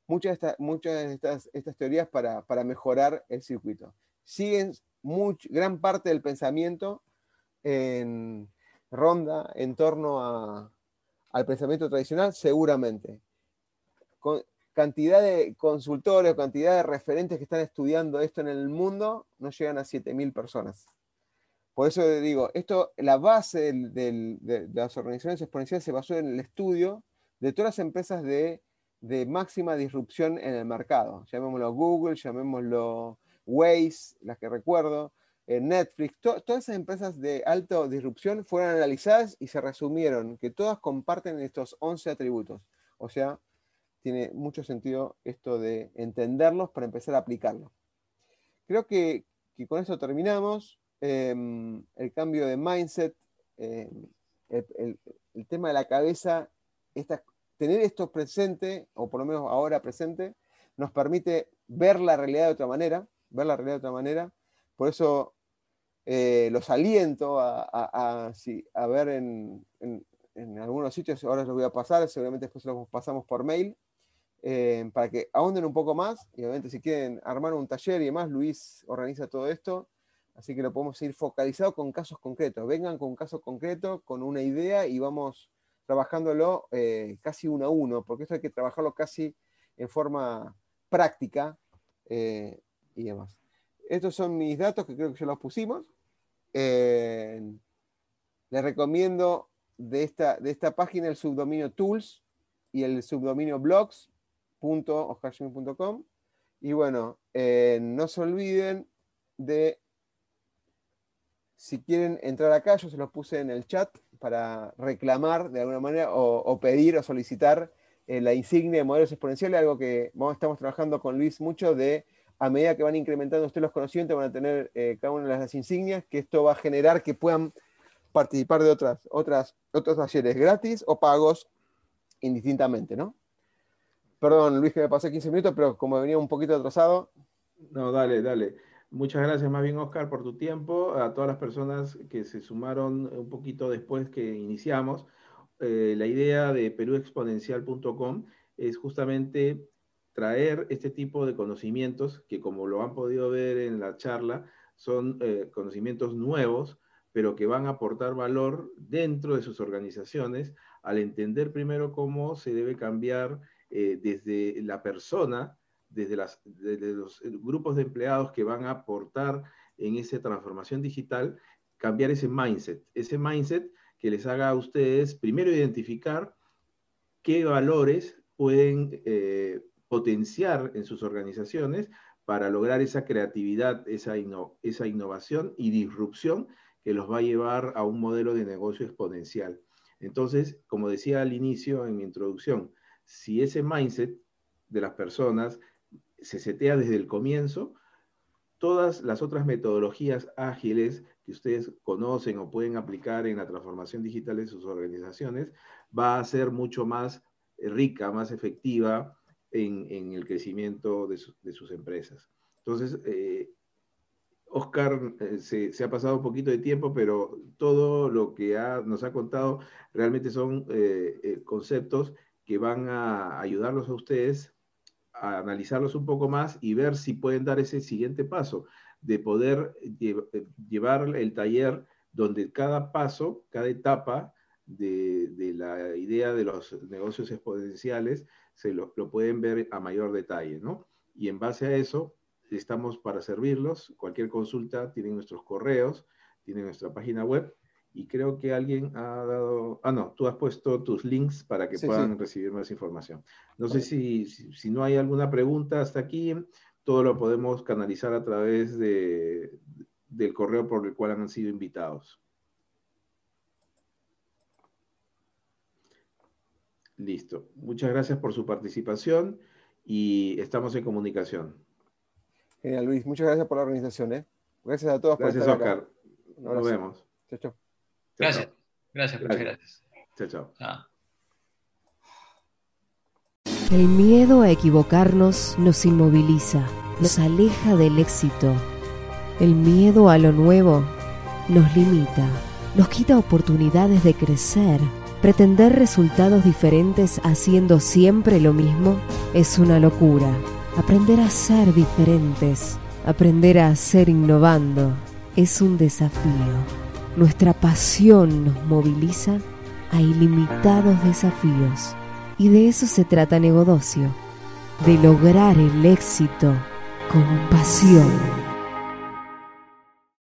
A: muchas de, esta, muchas de estas, estas teorías para, para mejorar el circuito. Siguen much, gran parte del pensamiento en ronda en torno a, al pensamiento tradicional, seguramente. Con cantidad de consultores, cantidad de referentes que están estudiando esto en el mundo, no llegan a siete mil personas. Por eso digo, esto, la base del, del, de, de las organizaciones exponenciales se basó en el estudio de todas las empresas de, de máxima disrupción en el mercado. Llamémoslo Google, llamémoslo Waze, las que recuerdo, eh, Netflix, to, todas esas empresas de alta disrupción fueron analizadas y se resumieron que todas comparten estos once atributos. O sea, tiene mucho sentido esto de entenderlos para empezar a aplicarlos. Creo que, que con esto terminamos. Eh, el cambio de mindset, eh, el, el, el tema de la cabeza, esta, tener esto presente, o por lo menos ahora presente, nos permite ver la realidad de otra manera, ver la realidad de otra manera. Por eso eh, los aliento a, a, a, sí, a ver en, en, en algunos sitios, ahora los voy a pasar, seguramente después los pasamos por mail, eh, para que ahonden un poco más, y obviamente si quieren armar un taller y demás, Luis organiza todo esto. Así que lo podemos ir focalizado con casos concretos. Vengan con un caso concreto, con una idea y vamos trabajándolo eh, casi uno a uno, porque esto hay que trabajarlo casi en forma práctica eh, y demás. Estos son mis datos que creo que ya los pusimos. Eh, les recomiendo de esta, de esta página el subdominio tools y el subdominio blogs punto oscar schmidt punto com. Y bueno, eh, no se olviden de... Si quieren entrar acá, yo se los puse en el chat para reclamar de alguna manera o, o pedir o solicitar eh, la insignia de modelos exponenciales, algo que vamos, estamos trabajando con Luis mucho de, a medida que van incrementando ustedes los conocimientos, van a tener eh, cada una de las insignias, que esto va a generar que puedan participar de otras, otras, otros talleres gratis o pagos indistintamente, ¿no? Perdón, Luis, que me pasé quince minutos, pero como venía un poquito atrasado.
B: No, dale, dale. Muchas gracias más bien, Oscar, por tu tiempo, a todas las personas que se sumaron un poquito después que iniciamos. Eh, la idea de perú exponencial punto com es justamente traer este tipo de conocimientos que, como lo han podido ver en la charla, son eh, conocimientos nuevos, pero que van a aportar valor dentro de sus organizaciones al entender primero cómo se debe cambiar eh, desde la persona, Desde, las, desde los grupos de empleados que van a aportar en esa transformación digital, cambiar ese mindset, ese mindset que les haga a ustedes primero identificar qué valores pueden eh, potenciar en sus organizaciones para lograr esa creatividad, esa, inno, esa innovación y disrupción que los va a llevar a un modelo de negocio exponencial. Entonces, como decía al inicio en mi introducción, si ese mindset de las personas se setea desde el comienzo, todas las otras metodologías ágiles que ustedes conocen o pueden aplicar en la transformación digital de sus organizaciones, va a ser mucho más rica, más efectiva en, en el crecimiento de, su, de sus empresas. Entonces, eh, Oscar eh, se, se ha pasado un poquito de tiempo, pero todo lo que ha, nos ha contado realmente son eh, eh, conceptos que van a ayudarlos a ustedes a analizarlos un poco más y ver si pueden dar ese siguiente paso, de poder lle- llevar el taller donde cada paso, cada etapa de, de la idea de los negocios exponenciales se lo, lo pueden ver a mayor detalle, ¿no? Y en base a eso, estamos para servirlos. Cualquier consulta, tienen nuestros correos, tienen nuestra página web, y creo que alguien ha dado... Ah, no, tú has puesto tus links para que
A: Sí,
B: puedan
A: sí.
B: recibir más información. No sé si, si, si no hay alguna pregunta hasta aquí, todo lo podemos canalizar a través de, del correo por el cual han sido invitados. Listo. Muchas gracias por su participación y estamos en comunicación.
A: Genial, Luis. Muchas gracias por la organización, ¿eh? Gracias a todos
B: Gracias,
A: por estar
B: Oscar.
A: acá. Un
B: Nos
A: abrazo.
B: vemos.
A: Chao, chao.
C: Gracias.
B: Chao, chao.
C: Gracias, muchas gracias.
B: Chao, chao.
C: Ah.
D: El miedo a equivocarnos nos inmoviliza, nos aleja del éxito. El miedo a lo nuevo nos limita, nos quita oportunidades de crecer. Pretender resultados diferentes haciendo siempre lo mismo es una locura. Aprender a ser diferentes, aprender a ser innovando, es un desafío. Nuestra pasión nos moviliza a ilimitados desafíos. Y de eso se trata Negodocio, de lograr el éxito con pasión.